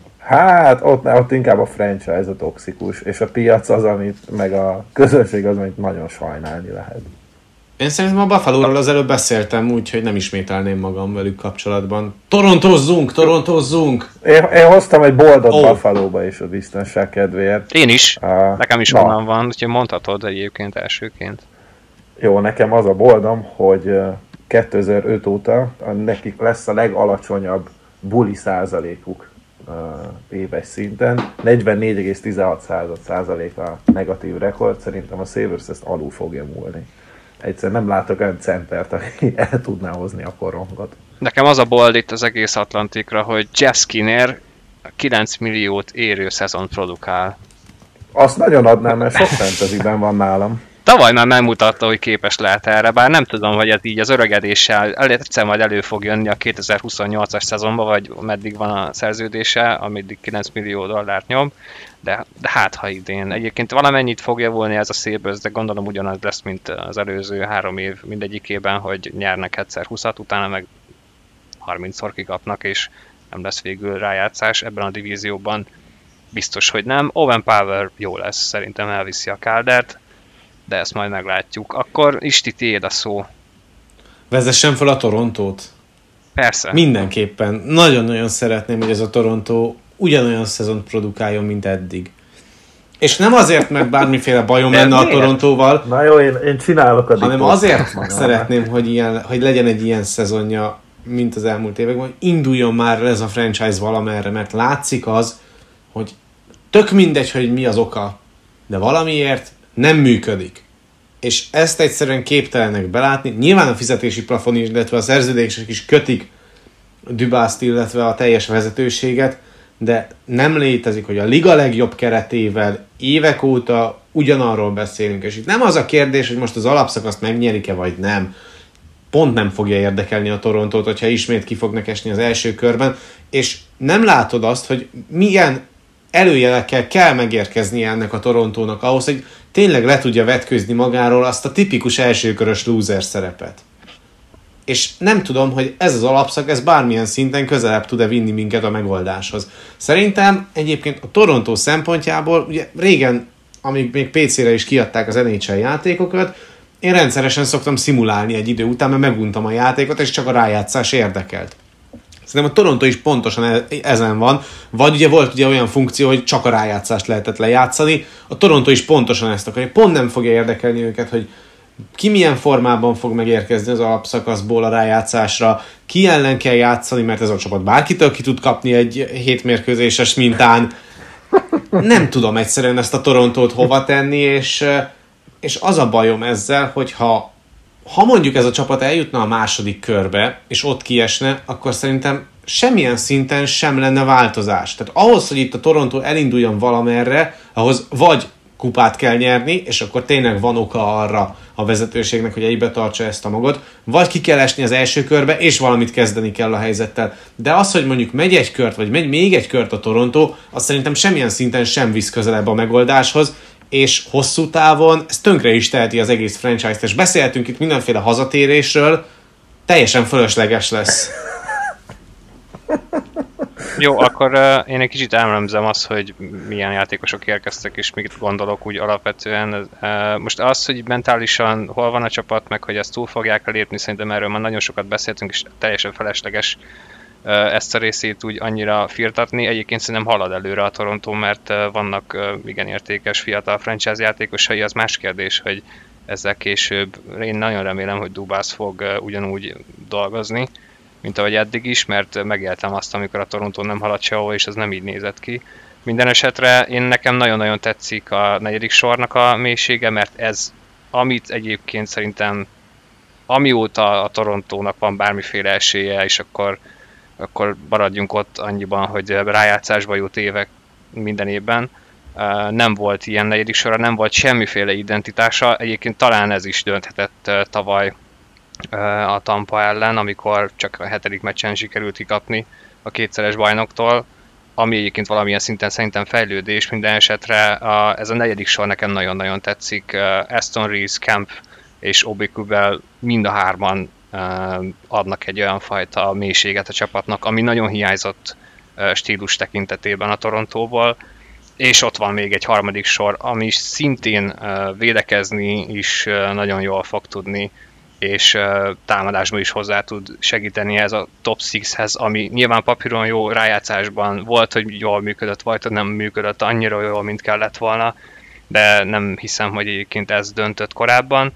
Hát, ott, ott inkább a franchise a toxikus, és a piac az, amit, meg a közönség az, amit nagyon sajnálni lehet. Én szerintem a Buffalo-ról az előbb beszéltem, úgyhogy nem ismételném magam velük kapcsolatban. Torontozzunk, torontozzunk! Én, én hoztam egy boldog oh. Buffalo-ba is a biztonság kedvéért. Én is. Uh, nekem is na. onnan van, úgyhogy mondhatod egyébként elsőként. Jó, nekem az a boldom, hogy kétezer-öt óta nekik lesz a legalacsonyabb buli százalékuk uh, éves szinten. negyvennégy egész tizenhat százalék a negatív rekord, szerintem a Sabres ezt alul fogja múlni. Egyszerűen nem látok olyan centert, aki el tudná hozni a korongot. Nekem az a bold itt az egész Atlantikra, hogy Jeff Skinner kilenc milliót érő szezont produkál. Azt nagyon adnám, mert sok fantasyben van nálam. Tavaly már megmutatta, hogy képes lehet erre, bár nem tudom, hogy ez így az öregedéssel egyszer majd elő fog jönni a kétezer-huszonnyolcas szezonban, vagy meddig van a szerződése, ameddig kilenc millió dollárt nyom, de, de hát ha idén. Egyébként valamennyit fog javulni ez a Sabres, de gondolom ugyanaz lesz, mint az előző három év mindegyikében, hogy nyernek egyszer húszat, utána meg harmincszor kikapnak, és nem lesz végül rájátszás ebben a divízióban. Biztos, hogy nem. Owen Power jó lesz, szerintem elviszi a Caldert, de ezt majd meglátjuk. Akkor Isti, tiéd a szó. Vezessen fel a Torontót. Persze. Mindenképpen. Nagyon-nagyon szeretném, hogy ez a Torontó ugyanolyan szezont produkáljon, mint eddig. És nem azért, mert bármiféle bajom lenne a Torontóval. Na jó, én, én csinálok a hanem azért szeretném, hogy, ilyen, hogy legyen egy ilyen szezonja, mint az elmúlt években, hogy induljon már ez a franchise valamerre, mert látszik az, hogy tök mindegy, hogy mi az oka, de valamiért nem működik. És ezt egyszerűen képtelenek belátni. Nyilván a fizetési plafon is, illetve a szerződések is kötik Dubast, illetve a teljes vezetőséget, de nem létezik, hogy a liga legjobb keretével évek óta ugyanarról beszélünk. És itt nem az a kérdés, hogy most az alapszakaszt megnyerik-e, vagy nem. Pont nem fogja érdekelni a Torontót, hogyha ismét ki fognak esni az első körben, és nem látod azt, hogy milyen előjelekkel kell megérkeznie ennek a Torontónak ahhoz, hogy tényleg le tudja vetkőzni magáról azt a tipikus elsőkörös loser szerepet. És nem tudom, hogy ez az alapszak, ez bármilyen szinten közelebb tud-e vinni minket a megoldáshoz. Szerintem egyébként a Torontó szempontjából, ugye régen amíg még pé cére is kiadták az en há el játékokat, én rendszeresen szoktam szimulálni egy idő után, mert meguntam a játékot, és csak a rájátszás érdekelt. Szerintem a Toronto is pontosan ezen van, vagy ugye volt ugye olyan funkció, hogy csak a rájátszást lehetett lejátszani, a Toronto is pontosan ezt akarja. Pont nem fogja érdekelni őket, hogy ki milyen formában fog megérkezni az alapszakaszból a rájátszásra, ki ellen kell játszani, mert ez a csapat bárkitől ki tud kapni egy hétmérkőzéses mintán. Nem tudom egyszerűen ezt a Torontót hova tenni, és, és az a bajom ezzel, hogyha ha mondjuk ez a csapat eljutna a második körbe, és ott kiesne, akkor szerintem semmilyen szinten sem lenne változás. Tehát ahhoz, hogy itt a Toronto elinduljon valamerre, ahhoz vagy kupát kell nyerni, és akkor tényleg van oka arra a vezetőségnek, hogy egybe tartsa ezt a magot, vagy ki kell esni az első körbe, és valamit kezdeni kell a helyzettel. De az, hogy mondjuk megy egy kört, vagy megy még egy kört a Toronto, az szerintem semmilyen szinten sem visz közelebb a megoldáshoz, és hosszú távon ez tönkre is teheti az egész franchise-t, és beszélhetünk itt mindenféle hazatérésről, teljesen fölösleges lesz. Jó, akkor uh, én egy kicsit elmondom azt, hogy milyen játékosok érkeztek, és mit gondolok úgy alapvetően. Uh, most az, hogy mentálisan hol van a csapat, meg hogy ezt túl fogják elérni, szerintem erről már nagyon sokat beszéltünk, és teljesen felesleges uh, ezt a részét úgy annyira firtatni. Egyébként szerintem halad előre a Toronto, mert uh, vannak uh, igen értékes fiatal franchise játékosai, az más kérdés, hogy ezzel később, én nagyon remélem, hogy Dubas fog uh, ugyanúgy dolgozni, mint ahogy eddig is, mert megéltem azt, amikor a Toronto nem haladt sehol, és ez nem így nézett ki. Minden esetre én nekem nagyon-nagyon tetszik a negyedik sornak a mélysége, mert ez, amit egyébként szerintem amióta a Torontónak van bármiféle esélye, és akkor, akkor maradjunk ott annyiban, hogy rájátszásba jut évek minden évben, nem volt ilyen negyedik sorra, nem volt semmiféle identitása, egyébként talán ez is dönthetett tavaly a Tampa ellen, amikor csak a hetedik meccsen sikerült kikapni a kétszeres bajnoktól, ami egyébként valamilyen szinten szerintem fejlődés, minden esetre a, ez a negyedik sor nekem nagyon-nagyon tetszik. Uh, Aston Reeves, Kemp és Obi Kubel mind a hárman uh, adnak egy olyan fajta mélységet a csapatnak, ami nagyon hiányzott uh, stílus tekintetében a Torontóból, és ott van még egy harmadik sor, ami szintén uh, védekezni is uh, nagyon jól fog tudni, és uh, támadásban is hozzá tud segíteni ez a top hathoz, ami nyilván papíron jó, rájátszásban volt, hogy jól működött, vagy hogy nem működött annyira jól, mint kellett volna, de nem hiszem, hogy egyébként ez döntött korábban.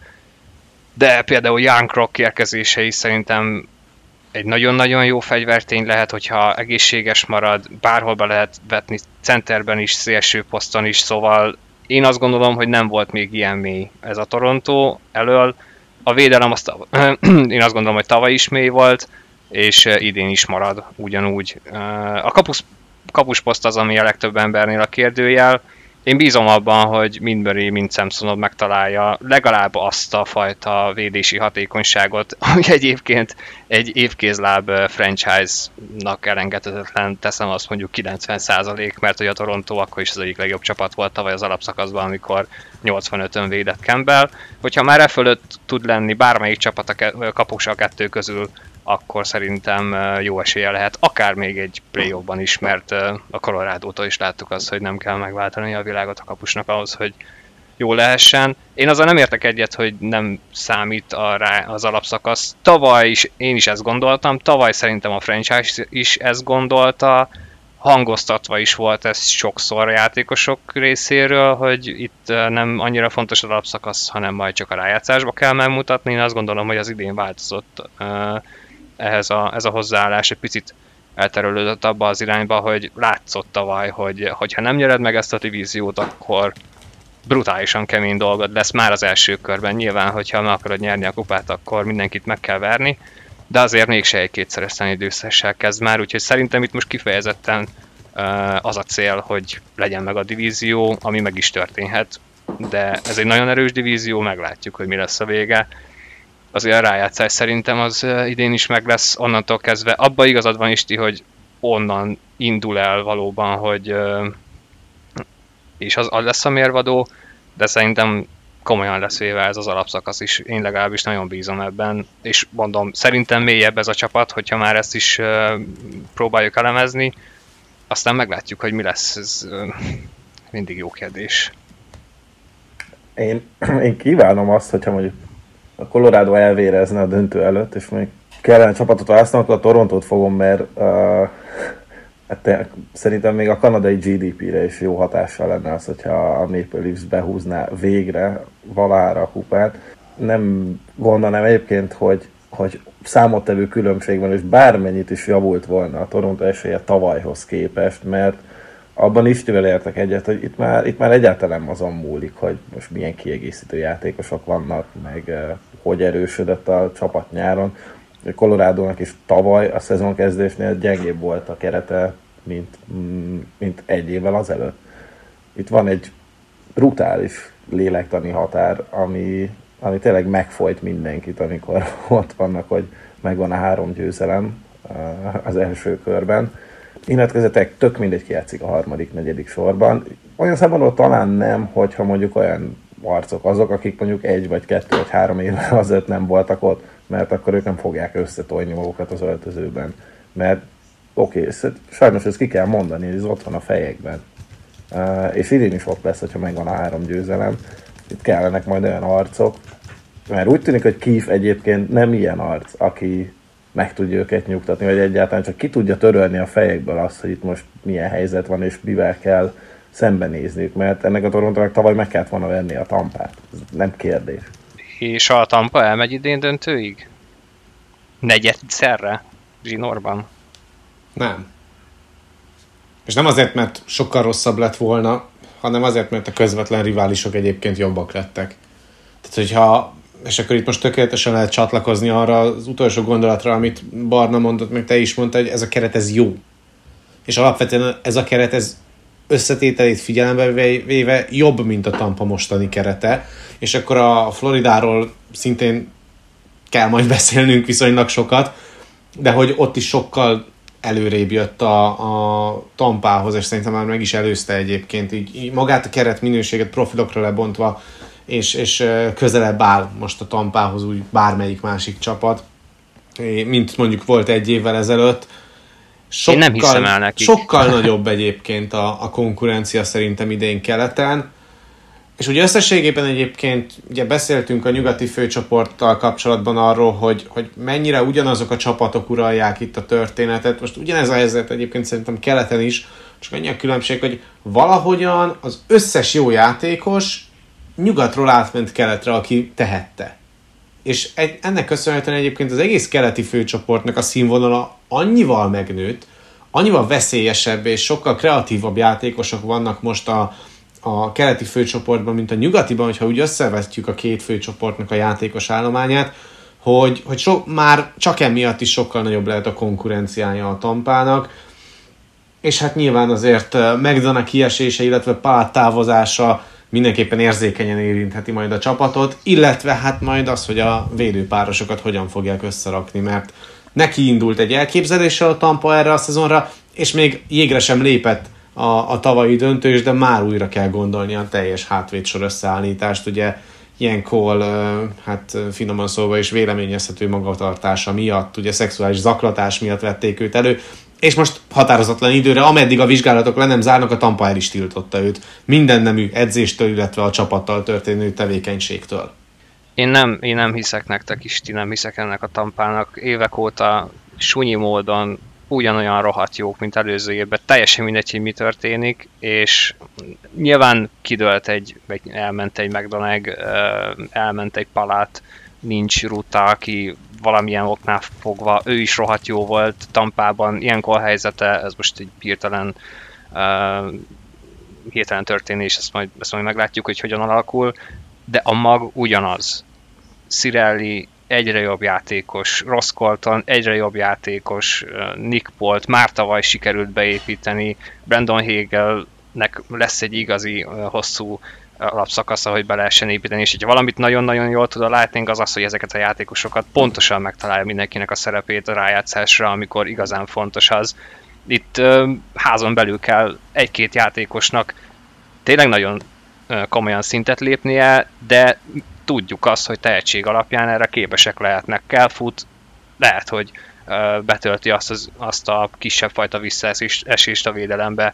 De például Young Croc érkezése is szerintem egy nagyon-nagyon jó fegyvertény lehet, hogyha egészséges marad, bárhol be lehet vetni, centerben is, szélső poszton is, szóval én azt gondolom, hogy nem volt még ilyen mély ez a Toronto elől. A védelem azt, én azt gondolom, hogy tavaly is mély volt, és idén is marad ugyanúgy. A kapus, kapusposzt az, ami a legtöbb embernél a kérdőjel. Én bízom abban, hogy mind Murray, mind Samsonov megtalálja legalább azt a fajta védési hatékonyságot, ami egyébként egy évkézláb franchise-nak elengedhetetlen, teszem azt mondjuk kilencven százalék, mert hogy a Toronto akkor is az egyik legjobb csapat volt tavaly az alapszakaszban, amikor nyolcvanötön védett Campbell. Hogyha már e fölött tud lenni bármelyik csapat a kapus a kettő közül, akkor szerintem jó esélye lehet, akár még egy play-offban is, mert a Colorado-tól is láttuk azt, hogy nem kell megváltani a világot a kapusnak ahhoz, hogy jó lehessen. Én azzal nem értek egyet, hogy nem számít a rá az alapszakasz. Tavaly is én is ezt gondoltam, tavaly szerintem a franchise is ezt gondolta, hangoztatva is volt ez sokszor játékosok részéről, hogy itt nem annyira fontos az alapszakasz, hanem majd csak a rájátszásba kell megmutatni. Én azt gondolom, hogy az idén változott ehhez a, ez a hozzáállás, egy picit elterülődött abba az irányba, hogy látszott tavaly, hogy hogyha nem nyered meg ezt a divíziót, akkor brutálisan kemény dolgod lesz már az első körben. Nyilván, hogyha meg akarod nyerni a kupát, akkor mindenkit meg kell verni, de azért mégse egy kétszeres időszessel kezd már, úgyhogy szerintem itt most kifejezetten uh, az a cél, hogy legyen meg a divízió, ami meg is történhet, de ez egy nagyon erős divízió, meglátjuk, hogy mi lesz a vége. Azért a rájátszás szerintem az idén is meg lesz, onnantól kezdve. Abba igazad van, Isti, hogy onnan indul el valóban, hogy és az, az lesz a mérvadó, de szerintem komolyan lesz véve ez az alapszakasz is. Én legalábbis nagyon bízom ebben, és mondom, szerintem mélyebb ez a csapat, hogyha már ezt is próbáljuk elemezni, aztán meglátjuk, hogy mi lesz. Ez mindig jó kérdés. én, én kívánom azt, hogyha mondjuk a Colorado elvérezne a döntő előtt, és még kellene csapatot választanom, akkor a Torontót fogom, mert uh, hát szerintem még a kanadai gé dé pére is jó hatással lenne az, hogyha a Maple Leafs behúzná végre valahára a kupát. Nem gondolnám egyébként, hogy, hogy számottevő különbség van, és bármennyit is javult volna a Toronto esélye tavalyhoz képest, mert abban Istivel értek egyet, hogy itt már, itt már egyáltalán azon múlik, hogy most milyen kiegészítő játékosok vannak, meg uh, hogy erősödött a csapat nyáron. A Colorado-nak is tavaly a szezon kezdésnél gyengébb volt a kerete, mint, mint egy évvel azelőtt. Itt van egy brutális lélektani határ, ami, ami tényleg megfojt mindenkit, amikor ott vannak, hogy megvan a három győzelem az első körben. Innentkezetek tök mindegy, ki játszik a harmadik, negyedik sorban. Olyan szempontból talán nem, hogyha mondjuk olyan arcok azok, akik mondjuk egy vagy kettő vagy három évvel azért nem voltak ott, mert akkor ők nem fogják összetolni magukat az öltözőben. Mert oké, okay, sajnos ezt ki kell mondani, hogy ez ott van a fejekben. Uh, és idén is ott lesz, hogyha megvan a három győzelem. Itt kellenek majd olyan arcok, mert úgy tűnik, hogy Keefe egyébként nem ilyen arc, aki meg tudja őket nyugtatni, vagy egyáltalán csak ki tudja törölni a fejekből azt, hogy itt most milyen helyzet van, és mivel kell szembenézniük, mert ennek a Torontónak tavaly meg kellett volna venni a Tampát. Ez nem kérdés. És a Tampa elmegy idén döntőig? Negyedszerre? Zsinórban? Nem. És nem azért, mert sokkal rosszabb lett volna, hanem azért, mert a közvetlen riválisok egyébként jobbak lettek. Tehát, hogyha, és akkor itt most tökéletesen lehet csatlakozni arra az utolsó gondolatra, amit Barna mondott, meg te is mondtad, hogy ez a keret, ez jó. És alapvetően ez a keret, ez összetételét figyelembe véve jobb, mint a Tampa mostani kerete. És akkor a Floridáról szintén kell majd beszélnünk viszonylag sokat, de hogy ott is sokkal előrébb jött a, a Tampához, és szerintem már meg is előzte egyébként így, így magát a keret minőséget profilokra lebontva, és, és közelebb áll most a Tampához úgy bármelyik másik csapat, mint mondjuk volt egy évvel ezelőtt. Sokkal, Én nem hiszem el nekik. Sokkal nagyobb egyébként a, a konkurencia szerintem idén keleten. És ugye összességében egyébként ugye beszéltünk a nyugati főcsoporttal kapcsolatban arról, hogy, hogy mennyire ugyanazok a csapatok uralják itt a történetet. Most ugyanez a helyzet egyébként szerintem keleten is, csak annyi a különbség, hogy valahogyan az összes jó játékos nyugatról átment keletre, aki tehette. És egy, ennek köszönhetően egyébként az egész keleti főcsoportnak a színvonala annyival megnőtt, annyival veszélyesebb és sokkal kreatívabb játékosok vannak most a, a keleti főcsoportban, mint a nyugatiban, hogyha úgy összevetjük a két főcsoportnak a játékos állományát, hogy, hogy so, már csak emiatt is sokkal nagyobb lehet a konkurenciája a Tampának. És hát nyilván azért McDonough kiesése, illetve Palat távozása mindenképpen érzékenyen érintheti majd a csapatot, illetve hát majd az, hogy a védőpárosokat hogyan fogják összerakni, mert neki indult egy elképzeléssel a Tampa erre a szezonra, és még jégre sem lépett a, a tavalyi döntős, de már újra kell gondolni a teljes hátvédsor összeállítást. Ugye ilyen Cole, hát finoman szólva is véleményezhető magatartása miatt, ugye szexuális zaklatás miatt vették őt elő, és most határozatlan időre, ameddig a vizsgálatok le nem zárnak, a Tampa el is tiltotta őt minden nemű edzéstől, illetve a csapattal történő tevékenységtől. Én nem, én nem hiszek nektek, Isti, nem hiszek ennek a Tampának. Évek óta sunyi módon ugyanolyan rohadt jók, mint előző évben. Teljesen mindegy, hogy mi történik, és nyilván kidőlt egy, vagy elment egy McDonough, elment egy Palat, nincs Ruta, aki valamilyen oknál fogva, ő is rohadt jó volt Tampában, ilyenkor a helyzete, ez most egy hirtelen uh, hirtelen történés, ezt majd, ezt majd meglátjuk, hogy hogyan alakul, de a mag ugyanaz. Cirelli egyre jobb játékos, Ross Colton egyre jobb játékos, Nick Polt már tavaly sikerült beépíteni, Brandon Hagelnek lesz egy igazi hosszú alapszakasza, hogy be lehessen építeni, és hogyha valamit nagyon-nagyon jól tud a Lightning, az az, hogy ezeket a játékosokat pontosan megtalálja mindenkinek a szerepét a rájátszásra, amikor igazán fontos az. Itt uh, házon belül kell egy-két játékosnak tényleg nagyon uh, komolyan szintet lépnie, de tudjuk azt, hogy tehetség alapján erre képesek lehetnek. Kell fut, lehet, hogy uh, betölti azt, az, azt a kisebb fajta visszaesést a védelembe.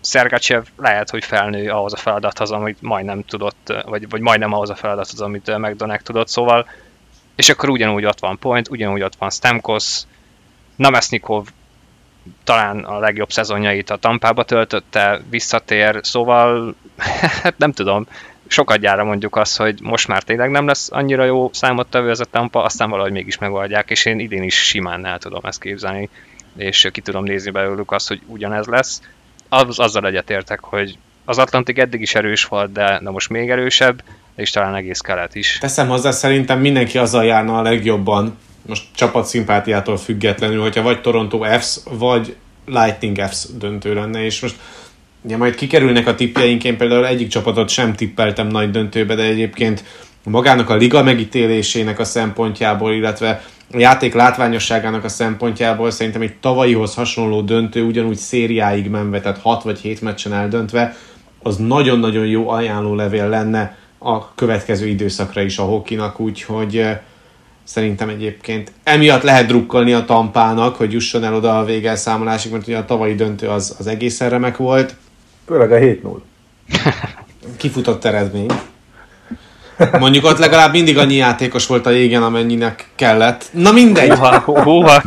Szergachev lehet, hogy felnő ahhoz a feladathoz, amit majdnem tudott, vagy, vagy majdnem ahhoz a feladathoz, amit McDonagh tudott, szóval, és akkor ugyanúgy ott van Point, ugyanúgy ott van Stamkos, Namestnikov talán a legjobb szezonjait a Tampába töltötte, visszatér, szóval hát nem tudom, sokat gyára mondjuk azt, hogy most már tényleg nem lesz annyira jó számottevő ez a Tampa, aztán valahogy mégis megoldják, és én idén is simán el tudom ezt képzelni, és ki tudom nézni belőlük azt, hogy ugyanez lesz. Az, azzal egyetértek, hogy az Atlantik eddig is erős volt, de na most még erősebb, és talán egész kelet is. Teszem hozzá, szerintem mindenki azzal járna a legjobban, most csapat szimpátiától függetlenül, hogyha vagy Toronto Fs, vagy Lightning Fs döntő lenne, és most ugye majd kikerülnek a tippjeink, én például egyik csapatot sem tippeltem nagy döntőbe, de egyébként magának a liga megítélésének a szempontjából, illetve a játék látványosságának a szempontjából szerintem egy tavalyihoz hasonló döntő, ugyanúgy szériáig menve, tehát hat vagy hét meccsen eldöntve, az nagyon-nagyon jó ajánlólevél lenne a következő időszakra is a hokinak, úgyhogy szerintem egyébként emiatt lehet drukkolni a Tampának, hogy jusson el oda a végelszámolásig, mert ugye a tavalyi döntő az, az egészen remek volt. Főleg a hét null. Kifutott eredmény. Mondjuk ott legalább mindig annyi játékos volt a jégen, amennyinek kellett. Na mindegy! Húha, húha.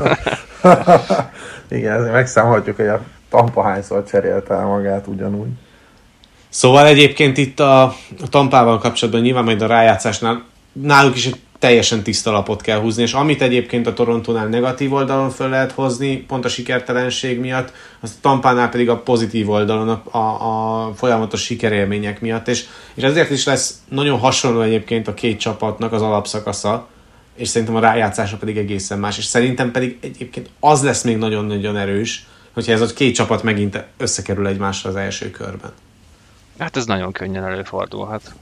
Igen, ezért megszámolhatjuk, hogy a Tampa hányszor cserélte el magát ugyanúgy. Szóval egyébként itt a, a Tampával kapcsolatban nyilván majd a rájátszásnál náluk is egy teljesen tiszta lapot kell húzni, és amit egyébként a Torontónál negatív oldalon föl lehet hozni, pont a sikertelenség miatt, azt a Tampánál pedig a pozitív oldalon, a, a, a folyamatos sikerélmények miatt, és, és ezért is lesz nagyon hasonló egyébként a két csapatnak az alapszakasza, és szerintem a rájátszása pedig egészen más, és szerintem pedig egyébként az lesz még nagyon-nagyon erős, hogyha ez a két csapat megint összekerül egymásra az első körben. Hát ez nagyon könnyen előfordulhat.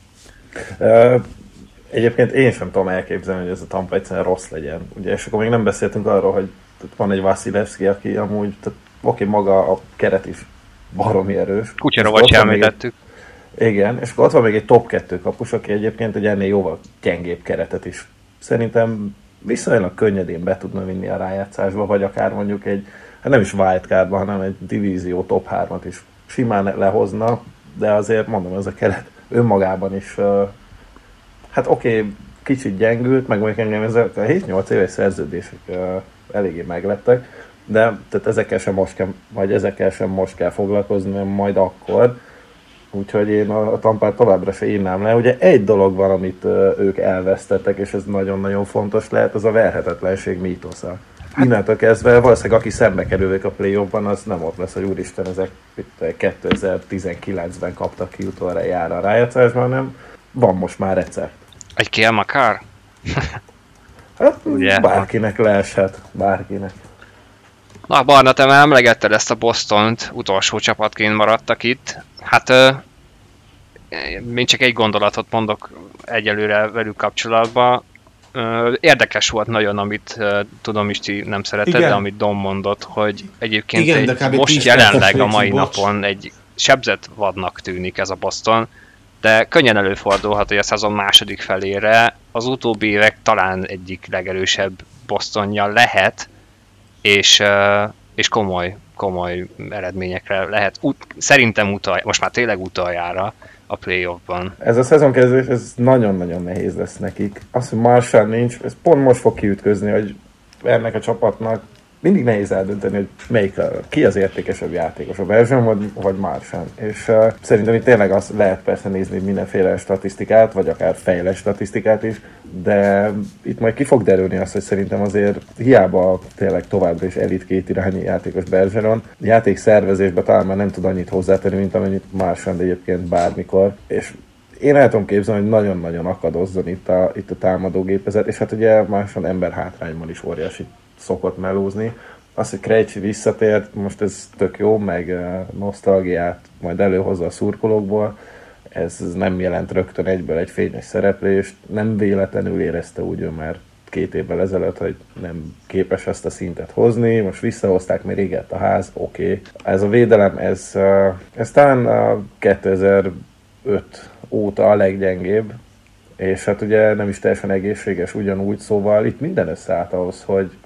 Uh, Egyébként én sem tudom elképzelni, hogy ez a Tampa egyszerűen rossz legyen. Ugye, és akkor még nem beszéltünk arról, hogy van egy Vasilevski, aki amúgy, tehát oké, maga a keret is baromi erős. Kutyarovat sem említettük. Igen, és akkor ott van még egy top kettő kapus, aki egyébként egy ennél jóval gyengébb keretet is szerintem viszonylag könnyedén be tudna vinni a rájátszásba, vagy akár mondjuk egy, hát nem is wildcardba, hanem egy divízió top hármat is simán lehozna, de azért mondom, ez a keret önmagában is hát oké, okay, kicsit gyengült, meg mondjuk engem ezek a hét-nyolc éves szerződések uh, eléggé meglettek, de tehát ezekkel sem most kell, vagy ezekkel sem most kell foglalkozni, hanem majd akkor. Úgyhogy én a, a Tampát továbbra se írnám le. Ugye egy dolog van, amit uh, ők elvesztettek, és ez nagyon-nagyon fontos lehet, az a verhetetlenség mítosza. Innentől kezdve valószínűleg aki szembe kerülök a play-offban, az nem ott lesz, hogy úristen, ezek kétezer-tizenkilencben kaptak ki utoljára jár a rájátszásban, hanem van most már recept. Egy Cale Makar? Hát ugye? Bárkinek leeshet, bárkinek. Na Barna, te már emlegetted ezt a Bostont, utolsó csapatként maradtak itt. Hát euh, én csak egy gondolatot mondok egyelőre velük kapcsolatban. Euh, érdekes volt nagyon, amit uh, tudom Isti nem szeretett, igen, de amit Dom mondott, hogy egyébként igen, egy, most jelenleg a mai bocs. napon egy sebzett vadnak tűnik ez a Boston, de könnyen előfordulhat, hogy a szezon második felére az utóbbi évek talán egyik legerősebb Bostonja lehet, és, és komoly, komoly eredményekre lehet, ut- szerintem utal, most már tényleg utoljára a playoffban. Ez a szezonkezdés, ez nagyon-nagyon nehéz lesz nekik. Az, hogy Marchand nincs, ez pont most fog kiütközni, hogy ennek a csapatnak mindig nehéz eldönteni, hogy melyik a, ki az értékesebb játékos, a Bergeron vagy, vagy Marchand. És uh, szerintem itt tényleg azt lehet persze nézni mindenféle statisztikát, vagy akár fejlett statisztikát is, de itt majd ki fog derülni azt, hogy szerintem azért hiába tényleg továbbra is elit két irányi játékos Bergeron, játék szervezésben talán már nem tud annyit hozzátenni, mint amennyit Marchand egyébként bármikor. És én el tudom képzelni, hogy nagyon-nagyon akadozzon itt a, itt a támadógépezet, és hát ugye Marchand ember hátrányban is óriási szokott melózni. Az, hogy Krejci visszatért, most ez tök jó, meg uh, nosztalgiát majd előhozza a szurkolókból, ez nem jelent rögtön egyből egy fényes szereplést, nem véletlenül érezte úgy ő már két évvel ezelőtt, hogy nem képes ezt a szintet hozni, most visszahozták, mert égett a ház, oké. Okay. Ez a védelem, ez, uh, ez talán uh, kétezer-öt óta a leggyengébb, és hát ugye nem is teljesen egészséges ugyanúgy, szóval itt minden összeállt ahhoz, hogy,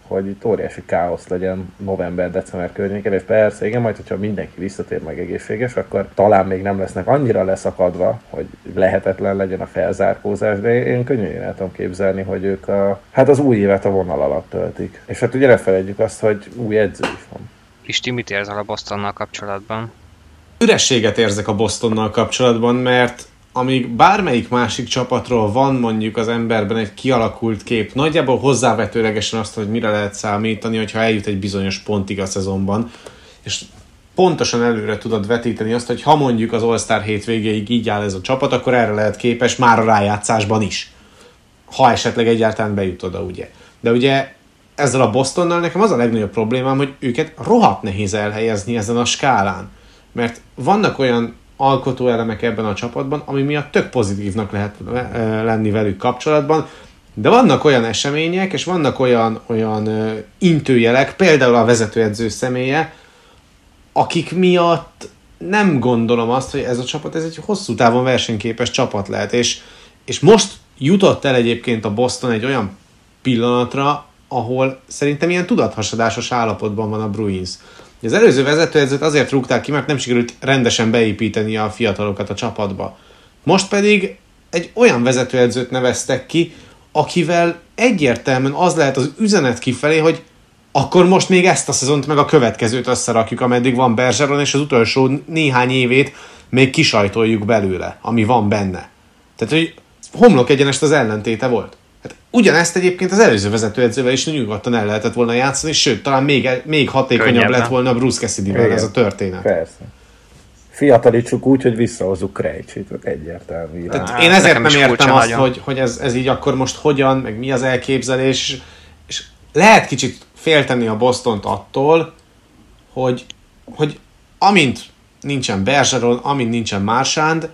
hogy itt óriási káosz legyen november-december környékén, és persze, igen, majd hogyha mindenki visszatér meg egészséges, akkor talán még nem lesznek annyira leszakadva, hogy lehetetlen legyen a felzárkózás, de én könnyen el tudom képzelni, hogy ők a, hát az új évet a vonal alatt töltik. És hát ugye ne felejtjük azt, hogy új edző is van. Isti, mit érzel a Bostonnal kapcsolatban? Ürességet érzek a Bostonnal kapcsolatban, mert amíg bármelyik másik csapatról van mondjuk az emberben egy kialakult kép, nagyjából hozzávetőlegesen azt, hogy mire lehet számítani, hogyha eljut egy bizonyos pontig a szezonban, és pontosan előre tudod vetíteni azt, hogy ha mondjuk az All-Star hétvégéig így áll ez a csapat, akkor erre lehet képes már a rájátszásban is. Ha esetleg egyáltalán bejut oda, ugye. De ugye ezzel a Bostonnal nekem az a legnagyobb problémám, hogy őket rohadt nehéz elhelyezni ezen a skálán. Mert vannak olyan alkotóelemek ebben a csapatban, ami miatt tök pozitívnak lehet lenni velük kapcsolatban, de vannak olyan események, és vannak olyan, olyan intőjelek, például a vezetőedző személye, akik miatt nem gondolom azt, hogy ez a csapat ez egy hosszú távon versenyképes csapat lehet, és, és most jutott el egyébként a Boston egy olyan pillanatra, ahol szerintem ilyen tudathasadásos állapotban van a Bruins. Az előző vezetőedzőt azért rúgták ki, mert nem sikerült rendesen beépíteni a fiatalokat a csapatba. Most pedig egy olyan vezetőedzőt neveztek ki, akivel egyértelműen az lehet az üzenet kifelé, hogy akkor most még ezt a szezont meg a következőt összerakjuk, ameddig van Bergeron, és az utolsó néhány évét még kisajtoljuk belőle, ami van benne. Tehát, hogy homlok egyenest az ellentéte volt. Hát ugyanezt egyébként az előző vezetőedzővel is nyugodtan el lehetett volna játszani, sőt, talán még, még hatékonyabb Könnyebben. lett volna Bruce Cassidyvel ez a történet. Persze. Fiatalítsuk úgy, hogy visszahozzuk Krejcsit, egyértelmű. Tehát én ezért nem értem azt, hogy, hogy ez, ez így akkor most hogyan, meg mi az elképzelés, és lehet kicsit félteni a Bostont attól, hogy, hogy amint nincsen Bergeron, amint nincsen Marchand,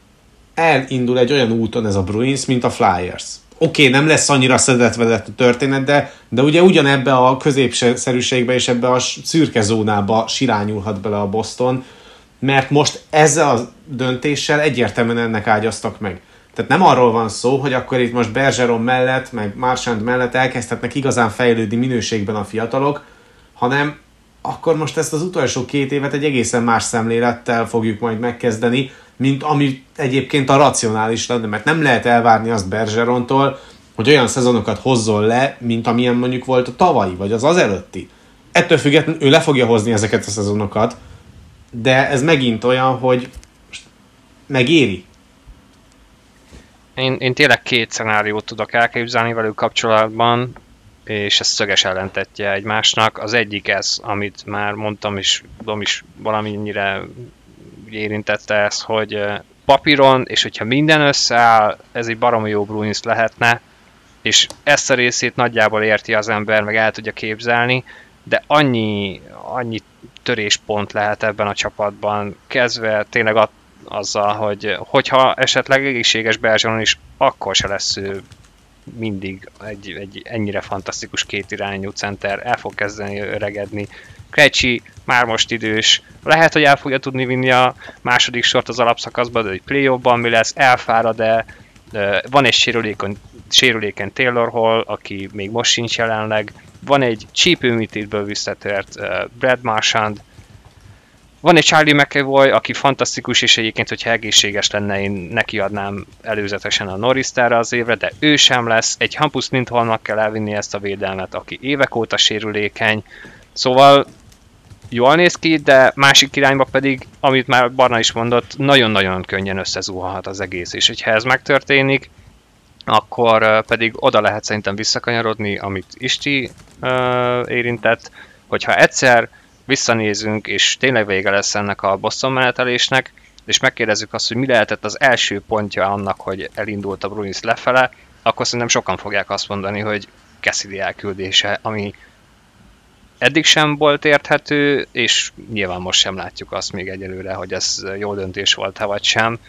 elindul egy olyan úton ez a Bruins, mint a Flyers. Oké, okay, nem lesz annyira szedetvedett a történet, de, de ugye ugyanebbe a középszerűségbe és ebbe a szürke zónába sirányulhat bele a Boston, mert most ezzel a döntéssel egyértelműen ennek ágyaztak meg. Tehát nem arról van szó, hogy akkor itt most Bergeron mellett, meg Marchand mellett elkezdhetnek igazán fejlődni minőségben a fiatalok, hanem akkor most ezt az utolsó két évet egy egészen más szemlélettel fogjuk majd megkezdeni, mint ami egyébként a racionális lenne, mert nem lehet elvárni azt Bergerontól, hogy olyan szezonokat hozzon le, mint amilyen mondjuk volt a tavalyi, vagy az az előtti. Ettől függetlenül ő le fogja hozni ezeket a szezonokat, de ez megint olyan, hogy megéri. Én, én tényleg két szenáriót tudok elképzelni velük kapcsolatban, és ez szöges ellentetje egymásnak. Az egyik ez, amit már mondtam, és tudom is valamennyire érintette ezt, hogy papíron, és hogyha minden összeáll, ez egy baromi jó Bruins lehetne, és ezt a részét nagyjából érti az ember, meg el tudja képzelni, de annyi, annyi töréspont lehet ebben a csapatban, kezdve tényleg a, azzal, hogy hogyha esetleg egészséges Bergeron is, akkor se lesz ő mindig egy, egy ennyire fantasztikus kétirányú center, el fog kezdeni öregedni. Krejci már most idős, lehet, hogy el fogja tudni vinni a második sort az alapszakaszban, de egy play-offban mi lesz, elfárad, de van egy sérülékeny, sérülékeny Taylor Hall, aki még most sincs jelenleg, van egy csípőműtétből visszatért Brad Marchand, van egy Charlie McAvoy, aki fantasztikus, és egyébként, hogyha egészséges lenne, én neki adnám előzetesen a Norris-terre az évre, de ő sem lesz. Egy Hampus Lindholmnak kell elvinni ezt a védelmet, aki évek óta sérülékeny. Szóval jól néz ki, de másik irányba pedig, amit már Barna is mondott, nagyon-nagyon könnyen összezúhalhat az egész, és hogyha ez megtörténik, akkor pedig oda lehet szerintem visszakanyarodni, amit Isti uh, érintett, hogyha egyszer visszanézünk, és tényleg vége lesz ennek a Boston menetelésnek, és megkérdezzük azt, hogy mi lehetett az első pontja annak, hogy elindult a Bruins lefele, akkor szerintem sokan fogják azt mondani, hogy Cassidy elküldése, ami eddig sem volt érthető, és nyilván most sem látjuk azt még egyelőre, hogy ez jó döntés volt-e vagy sem.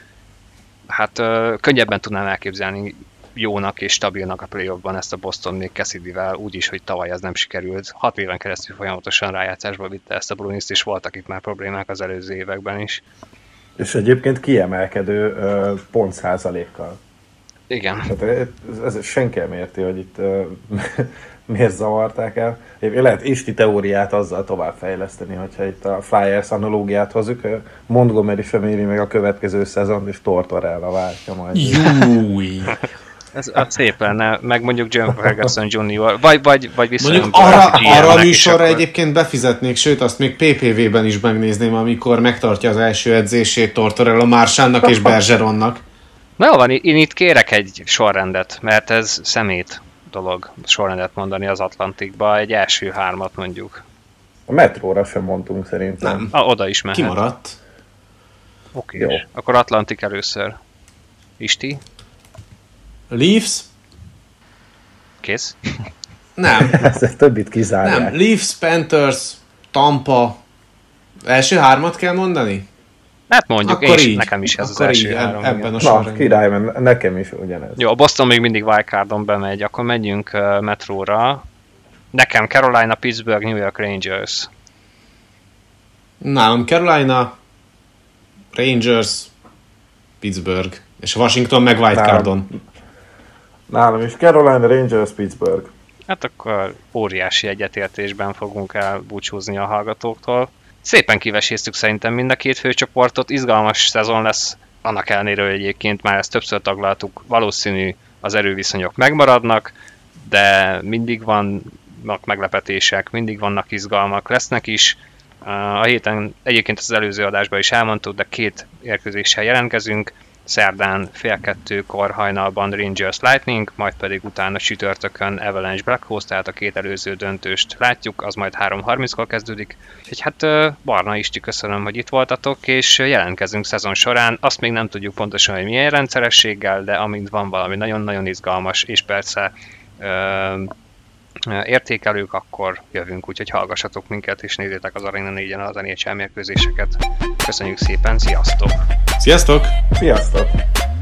Hát könnyebben tudnám elképzelni jónak és stabilnak a playoffban ezt a Boston még Cassidyvel, úgyis, hogy tavaly ez nem sikerült. Hat éven keresztül folyamatosan rájátszásba vitte ezt a Bruins-t, és voltak itt már problémák az előző években is. És egyébként kiemelkedő pontszázalékkal. Igen. Tehát ez, ez senki nem érti, hogy itt uh, miért zavarták el. Lehet Isti teóriát azzal továbbfejleszteni, hogyha itt a Flyers analógiát hozzuk. Montgomery sem éri meg a következő szezon, és Tortorella váltja majd. Júj! Ez az szép lenne, meg mondjuk John Ferguson junior, vagy, vagy, vagy viszonylag... Mondjuk arra, arra a műsorra akkor... egyébként befizetnék, sőt azt még pé pé vé-ben is megnézném, amikor megtartja az első edzését Tortorella Marchandnak és Bergeronnak. Na jó van, én itt kérek egy sorrendet, mert ez szemét dolog sorrendet mondani az Atlantikba, egy első hármat mondjuk. A metróra sem mondtunk szerintem. Nem. Ah, oda is mehet. Kimaradt. Oké, okay. Akkor Atlantik először. Isti? Leafs? Kész? Nem. Ezt többit kizárják. Nem. Leafs, Panthers, Tampa. Első hármat kell mondani? Hát mondjuk, akkor én is, így. nekem is ez akkor az első így, három. ebben a Na, sorrendben. király, mert nekem is ugyanez. Jó, a Boston még mindig wildcardon bemegy, akkor megyünk uh, metróra. Nekem Carolina, Pittsburgh, New York Rangers. Nálam Carolina, Rangers, Pittsburgh. És Washington meg wildcardon. Nálam, nálam is Carolina, Rangers, Pittsburgh. Hát akkor óriási egyetértésben fogunk elbúcsúzni a hallgatóktól. Szépen kiveséztük szerintem mind a két főcsoportot, izgalmas szezon lesz, annak ellenére, hogy egyébként már ezt többször taglaltuk, valószínű az erőviszonyok megmaradnak, de mindig vannak meglepetések, mindig vannak izgalmak, lesznek is. A héten egyébként az előző adásban is elmondtuk, de két érkezéssel jelentkezünk, szerdán fél kettőkor hajnalban Rangers Lightning, majd pedig utána csütörtökön Avalanche Blackhawks, tehát a két előző döntőst látjuk, az majd három harminckor kezdődik. Úgyhogy hát Barna Isti, köszönöm, hogy itt voltatok, és jelentkezünk szezon során. Azt még nem tudjuk pontosan, hogy milyen rendszerességgel, de amint van valami nagyon-nagyon izgalmas, és persze ö, értékelők, akkor jövünk, úgyhogy hallgassatok minket, és nézzétek az Arena négyen az en há el mérkőzéseket. Köszönjük szépen, sziasztok! Sziasztok! Sziasztok!